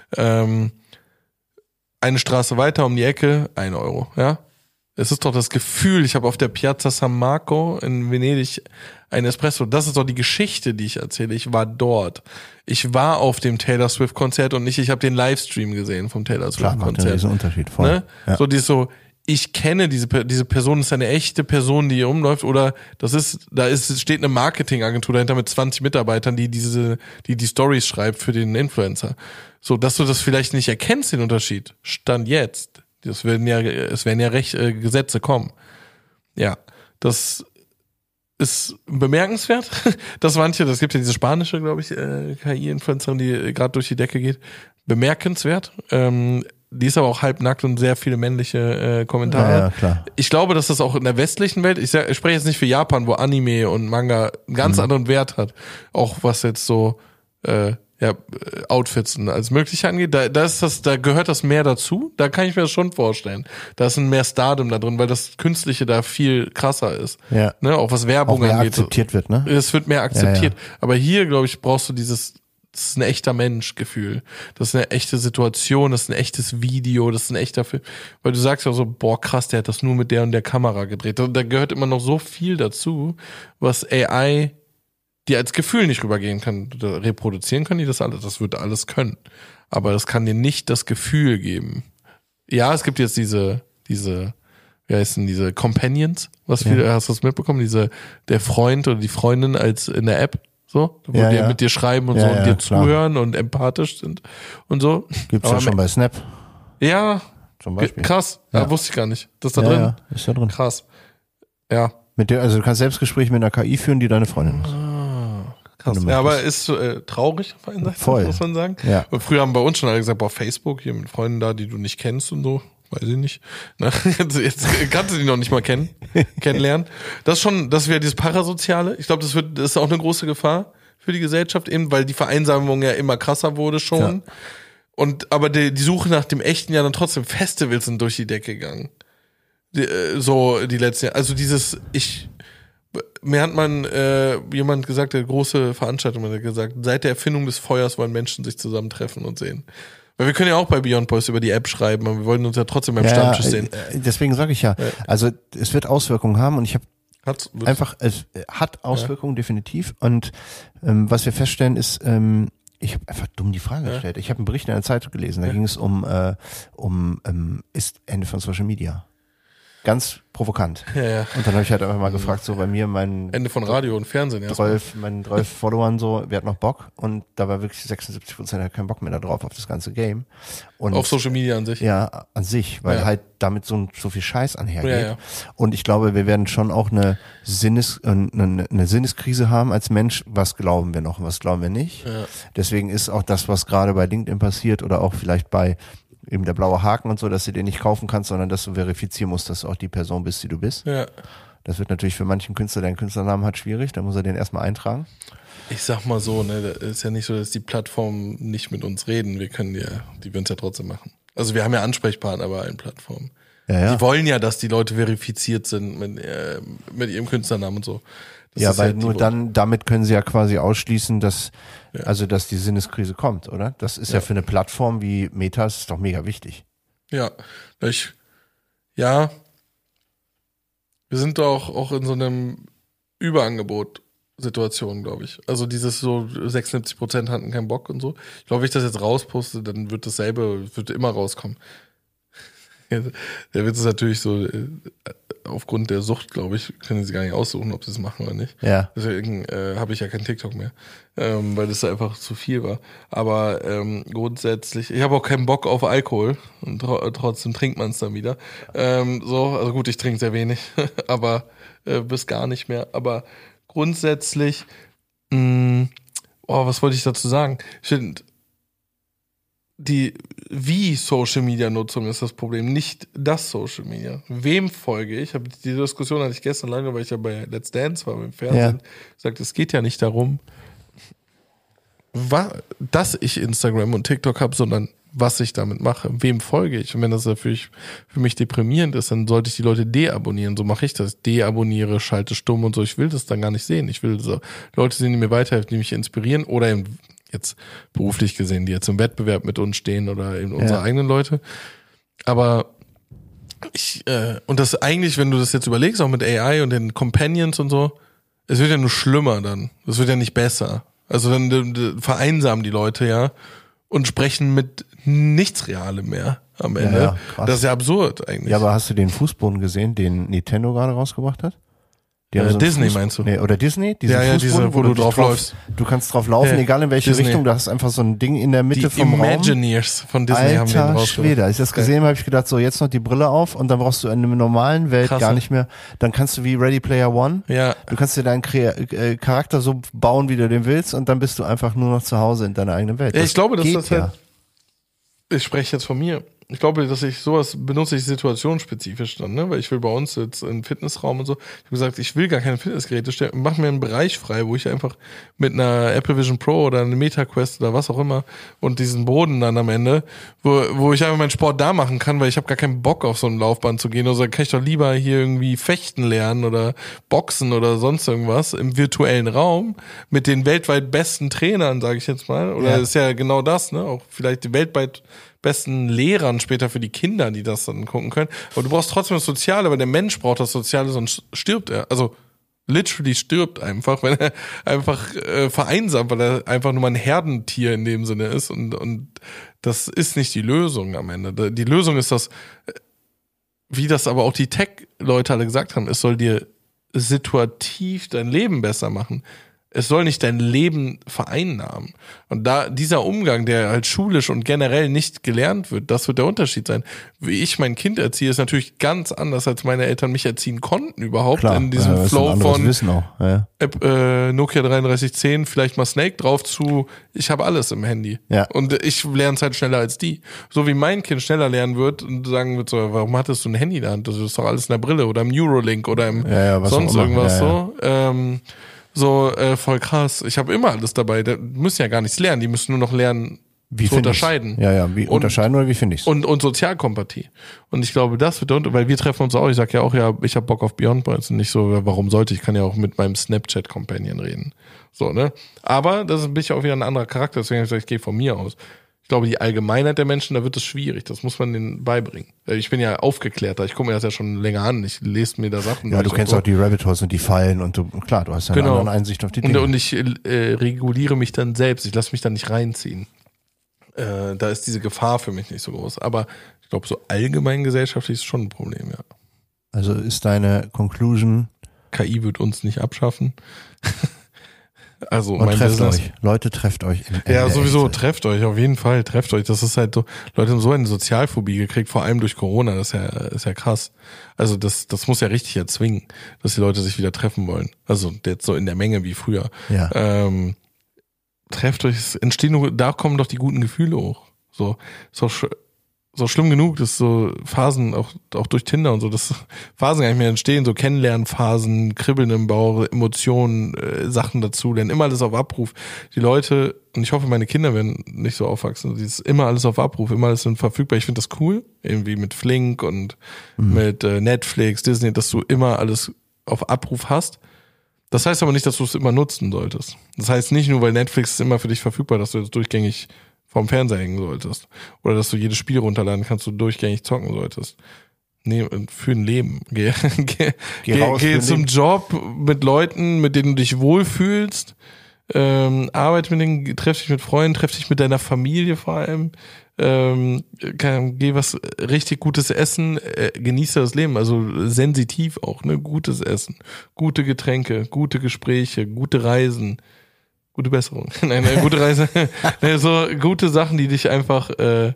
Eine Straße weiter um die Ecke, 1 €, ja. Es ist doch das Gefühl, ich habe auf der Piazza San Marco in Venedig ein Espresso. Das ist doch die Geschichte, die ich erzähle. Ich war dort. Ich war auf dem Taylor Swift Konzert und nicht, ich habe den Livestream gesehen vom Taylor Swift Konzert. Klar, macht einen Unterschied voll. Ne? Ja. So, ich kenne diese Person, ist eine echte Person, die hier rumläuft, oder steht eine Marketingagentur dahinter mit 20 Mitarbeitern, die die Stories schreibt für den Influencer. So, dass du das vielleicht nicht erkennst, den Unterschied. Stand jetzt. Es werden ja Gesetze kommen. Ja, das ist bemerkenswert, dass das gibt ja diese spanische, glaube ich, KI-Influencerin, die gerade durch die Decke geht. Bemerkenswert. Die ist aber auch halbnackt und sehr viele männliche Kommentare. Ja, klar. Ich glaube, dass das auch in der westlichen Welt, ich spreche jetzt nicht für Japan, wo Anime und Manga einen ganz anderen Wert hat. Auch was jetzt so Outfits und alles Mögliche angeht. Da gehört das mehr dazu. Da kann ich mir das schon vorstellen. Da ist ein mehr Stardom da drin, weil das Künstliche da viel krasser ist. Ja. Ne? Auch was Werbung auch mehr angeht. Akzeptiert wird, ne? Es wird mehr akzeptiert. Ja. Aber hier, glaube ich, brauchst du das ist ein echter Mensch-Gefühl. Das ist eine echte Situation, das ist ein echtes Video, das ist ein echter Film. Weil du sagst ja so, boah, krass, der hat das nur mit der und der Kamera gedreht. Da gehört immer noch so viel dazu, was AI dir als Gefühl nicht rübergehen kann. Reproduzieren können die das alles, das wird alles können. Aber das kann dir nicht das Gefühl geben. Ja, es gibt jetzt diese, wie heißen diese Companions? Hast du das mitbekommen? Der Freund oder die Freundin als in der App? So, wo die mit dir schreiben und so und dir zuhören und empathisch sind und so. Gibt's ja schon bei Snap. Ja, zum Beispiel. Krass. Ja, wusste ich gar nicht. Das ist da drin? Ja, ist da drin. Krass. Ja. Also du kannst Selbstgespräche mit einer KI führen, die deine Freundin ist. Krass. Ja, aber ist traurig auf einer Seite, voll, muss man sagen. Ja. Und früher haben bei uns schon alle gesagt, boah, Facebook, hier mit Freunden da, die du nicht kennst und so. Weiß ich nicht. Na, jetzt kannst du die noch nicht mal kennenlernen. Das wäre dieses Parasoziale. Ich glaube, das ist auch eine große Gefahr für die Gesellschaft, eben, weil die Vereinsamung ja immer krasser wurde schon. Ja. Aber die Suche nach dem Echten ja dann trotzdem, Festivals sind durch die Decke gegangen. Die letzten Jahre. Also mir hat jemand gesagt, der große Veranstaltung hat gesagt, seit der Erfindung des Feuers wollen Menschen sich zusammentreffen und sehen. Weil wir können ja auch bei Beyond Boys über die App schreiben, aber wir wollen uns ja trotzdem beim Stammtisch sehen. Deswegen sage ich ja, also es wird Auswirkungen haben und ich habe es hat Auswirkungen definitiv und was wir feststellen ist, ich habe einfach dumm die Frage gestellt. Ich habe einen Bericht in einer Zeitung gelesen, da ging es um ist Ende von Social Media. Ganz provokant. Ja. Und dann habe ich halt einfach mal gefragt, so bei mir Ende von Radio und Fernsehen meinen 12 Followern so, wer hat noch Bock? Und da war wirklich 76% hat keinen Bock mehr da drauf auf das ganze Game. Und auf Social Media an sich? Ja, an sich, weil halt damit so viel Scheiß anhergeht. Ja. Und ich glaube, wir werden schon auch eine Sinneskrise haben als Mensch. Was glauben wir noch und was glauben wir nicht? Ja. Deswegen ist auch das, was gerade bei LinkedIn passiert oder auch vielleicht bei eben der blaue Haken und so, dass du den nicht kaufen kannst, sondern dass du verifizieren musst, dass du auch die Person bist, die du bist. Ja. Das wird natürlich für manchen Künstler, der einen Künstlernamen hat, schwierig. Da muss er den erstmal eintragen. Ich sag mal so, ne, das ist ja nicht so, dass die Plattformen nicht mit uns reden. Die würden es ja trotzdem machen. Also wir haben ja Ansprechpartner bei allen Plattformen. Ja. Die wollen ja, dass die Leute verifiziert sind mit ihrem Künstlernamen und so. Das weil nur damit können sie ja quasi ausschließen, dass die Sinneskrise kommt, oder? Das ist ja für eine Plattform wie Meta, ist doch mega wichtig. Ja, wir sind doch auch in so einem Überangebot-Situation, glaube ich. Also dieses so 76% hatten keinen Bock und so. Ich glaube, wenn ich das jetzt rausposte, dann wird immer rauskommen. Der Witz ist natürlich so, aufgrund der Sucht, glaube ich, können sie gar nicht aussuchen, ob sie es machen oder nicht. Ja. Deswegen habe ich ja kein TikTok mehr, weil das einfach zu viel war. Aber grundsätzlich, ich habe auch keinen Bock auf Alkohol und trotzdem trinkt man es dann wieder. Also gut, ich trinke sehr wenig, aber bis gar nicht mehr. Aber grundsätzlich, was wollte ich dazu sagen? Ich finde, wie Social Media Nutzung ist das Problem, nicht das Social Media. Wem folge ich? Die Diskussion hatte ich gestern lange, weil ich ja bei Let's Dance war, im Fernsehen, gesagt, es geht ja nicht darum, dass ich Instagram und TikTok habe, sondern was ich damit mache. Wem folge ich? Und wenn das natürlich für mich deprimierend ist, dann sollte ich die Leute deabonnieren. So mache ich das. Deabonniere, schalte stumm und so. Ich will das dann gar nicht sehen. Ich will so Leute sehen, die mir weiterhelfen, die mich inspirieren oder jetzt beruflich gesehen, die jetzt im Wettbewerb mit uns stehen oder eben unsere eigenen Leute. Aber und das eigentlich, wenn du das jetzt überlegst, auch mit AI und den Companions und so, es wird ja nur schlimmer dann. Es wird ja nicht besser. Also dann vereinsamen die Leute ja und sprechen mit nichts Realem mehr am Ende. Ja, krass. Das ist ja absurd eigentlich. Ja, aber hast du den Fußboden gesehen, den Nintendo gerade rausgebracht hat? Die haben so einen Disney meinst du? Nee, oder Disney? Diesen Ja, Fußboden, wo du drauf läufst. Du kannst drauf laufen, Ja, egal in welche Disney. Richtung. Du hast einfach so ein Ding in der Mitte Die vom Raum. Imagineers von Disney haben den Alter rausgebracht. Schwede, als ich das gesehen habe, habe ich gedacht, so jetzt noch die Brille auf und dann brauchst du in einer normalen Welt Krass, gar ne? nicht mehr. Dann kannst du wie Ready Player One, Ja, du kannst dir deinen Charakter so bauen, wie du den willst und dann bist du einfach nur noch zu Hause in deiner eigenen Welt. ja, ich glaube, dass geht das halt, ich spreche jetzt von mir. Ich glaube, dass ich sowas benutze ich situationsspezifisch dann, ne? Weil ich will bei uns jetzt im Fitnessraum und so. Ich habe gesagt, ich will gar keine Fitnessgeräte stellen. Mach mir einen Bereich frei, wo ich einfach mit einer Apple Vision Pro oder eine Meta Quest oder was auch immer und diesen Boden dann am Ende, wo ich einfach meinen Sport da machen kann, weil ich habe gar keinen Bock auf so ein Laufband zu gehen. Also kann ich doch lieber hier irgendwie fechten lernen oder boxen oder sonst irgendwas im virtuellen Raum mit den weltweit besten Trainern, sage ich jetzt mal. Oder ist ja genau das, ne? Auch vielleicht die weltweit besten Lehrern später für die Kinder, die das dann gucken können. Aber du brauchst trotzdem das Soziale, weil der Mensch braucht das Soziale, sonst stirbt er. Also literally stirbt einfach, wenn er einfach vereinsamt, weil er einfach nur mal ein Herdentier in dem Sinne ist. Und das ist nicht die Lösung am Ende. Die Lösung ist das, wie das aber auch die Tech-Leute alle gesagt haben, es soll dir situativ dein Leben besser machen. Es soll nicht dein Leben vereinnahmen. Und da dieser Umgang, der halt schulisch und generell nicht gelernt wird, das wird der Unterschied sein. Wie ich mein Kind erziehe, ist natürlich ganz anders, als meine Eltern mich erziehen konnten überhaupt. Klar, in diesem das ist Flow ein anderes von Wissen auch. Ja. Nokia 3310, vielleicht mal Snake drauf zu, ich habe alles im Handy. Ja. Und ich lerne es halt schneller als die. So wie mein Kind schneller lernen wird und sagen wird so, warum hattest du ein Handy in der Hand? Das ist doch alles in der Brille oder im Neuralink oder im was sonst auch immer. irgendwas Ja. so. Voll krass. Ich habe immer alles dabei. Die müssen ja gar nichts lernen. Die müssen nur noch lernen, Wie zu find unterscheiden. ich's? Ja, wie unterscheiden oder wie finde ich's? Und sozialkompatie. Und ich glaube, das wird, weil wir treffen uns auch, ich sag ja auch, ja, ich habe Bock auf Beyond Boys und nicht so, warum sollte ich, kann ja auch mit meinem Snapchat-Companion reden. So, ne? Aber das bin ich auch wieder ein anderer Charakter, deswegen habe ich gesagt, ich gehe von mir aus. Ich glaube, die Allgemeinheit der Menschen, da wird es schwierig. Das muss man denen beibringen. Ich bin ja aufgeklärter. Ich gucke mir das ja schon länger an. Ich lese mir da Sachen. Ja, du kennst so. auch die Rabbit Holes und die Fallen und du, klar, du hast ja eine andere Einsicht auf die Dinge. Und ich reguliere mich dann selbst. Ich lasse mich dann nicht reinziehen. Da ist diese Gefahr für mich nicht so groß. Aber ich glaube, so allgemein gesellschaftlich ist schon ein Problem, ja. Also ist deine Conclusion, KI wird uns nicht abschaffen. Also und mein trefft Business. euch. Leute, trefft euch. Ja, sowieso, trefft euch, auf jeden Fall, trefft euch. Das ist halt so, Leute haben so eine Sozialphobie gekriegt, vor allem durch Corona, das ist ja krass. Also das muss ja richtig erzwingen, dass die Leute sich wieder treffen wollen. Also jetzt so in der Menge wie früher. Ja. Trefft euch, es entstehen nur, da kommen doch die guten Gefühle hoch. So, ist auch schlimm genug, dass so Phasen, auch durch Tinder und so, dass Phasen gar nicht mehr entstehen, so Kennenlernphasen, Kribbeln im Bauch, Emotionen, Sachen dazu, denn immer alles auf Abruf. Die Leute, und ich hoffe, meine Kinder werden nicht so aufwachsen, die ist immer alles auf Abruf, immer alles sind verfügbar. Ich finde das cool, irgendwie mit Flink und mit Netflix, Disney, dass du immer alles auf Abruf hast. Das heißt aber nicht, dass du es immer nutzen solltest. Das heißt nicht nur, weil Netflix ist immer für dich verfügbar, dass du jetzt durchgängig vorm Fernseher hängen solltest. Oder dass du jedes Spiel runterladen kannst, du durchgängig zocken solltest. Nee, für ein Leben. Geh zum Job mit Leuten, mit denen du dich wohlfühlst. Arbeite mit denen, treff dich mit Freunden, treff dich mit deiner Familie vor allem. Geh was richtig Gutes essen, genieße das Leben, also sensitiv auch, ne? Gutes Essen, gute Getränke, gute Gespräche, gute Reisen. Gute Besserung. Nein, gute Reise. So gute Sachen, die dich einfach,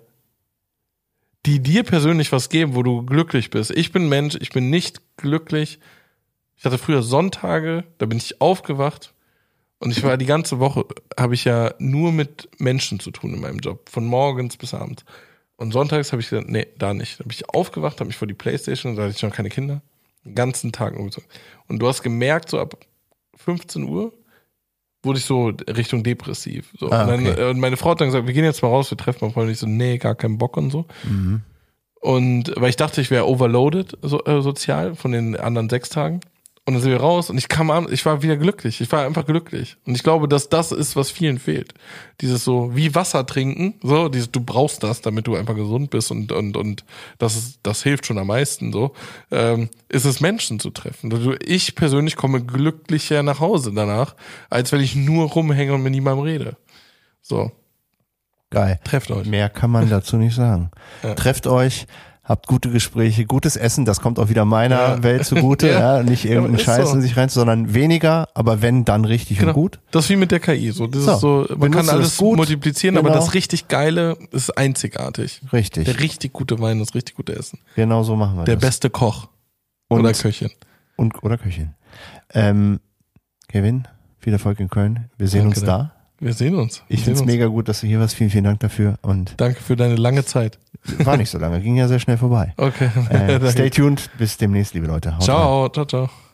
die dir persönlich was geben, wo du glücklich bist. Ich bin Mensch, ich bin nicht glücklich. Ich hatte früher Sonntage, da bin ich aufgewacht und ich war die ganze Woche, habe ich ja nur mit Menschen zu tun in meinem Job, von morgens bis abends. Und sonntags habe ich gesagt, nee, da nicht. Da bin ich aufgewacht, habe mich vor die Playstation, da hatte ich noch keine Kinder, den ganzen Tag nur gezogen. Und du hast gemerkt, so ab 15 Uhr, wurde ich so Richtung depressiv. So. Okay. Und meine Frau hat dann gesagt, wir gehen jetzt mal raus, wir treffen mal Freunde. Ich so, nee, gar keinen Bock und so. Mhm. Und weil ich dachte, ich wäre overloaded sozial von den anderen 6 Tagen. Und dann sind wir raus und ich kam an, ich war wieder glücklich. Ich war einfach glücklich. Und ich glaube, dass das ist, was vielen fehlt. Dieses so, wie Wasser trinken, so, dieses, du brauchst das, damit du einfach gesund bist und das hilft schon am meisten, so, ist es Menschen zu treffen. Also ich persönlich komme glücklicher nach Hause danach, als wenn ich nur rumhänge und mit niemandem rede. So. Geil. Trefft euch. Mehr kann man dazu nicht sagen. Ja. Trefft euch, habt gute Gespräche, gutes Essen, das kommt auch wieder meiner Welt zugute, Ja. Nicht irgendeinen ist Scheiß so. in sich rein, sondern weniger, aber wenn, dann richtig und gut. Das ist wie mit der KI. So, das ist so, man benutzt kann alles es gut, multiplizieren, aber genau. das richtig Geile ist einzigartig. Richtig. Der richtig gute Wein, das richtig gute Essen. Genau so machen wir Der das. beste Koch Und- oder Köchin. Oder Köchin. Kevin, viel Erfolg in Köln. Wir sehen Danke uns dir. da. Wir sehen uns. Ich finde es mega gut, dass du hier warst. Vielen, vielen Dank dafür. Und Danke für deine lange Zeit. war nicht so lange, ging ja sehr schnell vorbei. Okay. Stay tuned. Bis demnächst, liebe Leute. Haut rein. Ciao, ciao, ciao.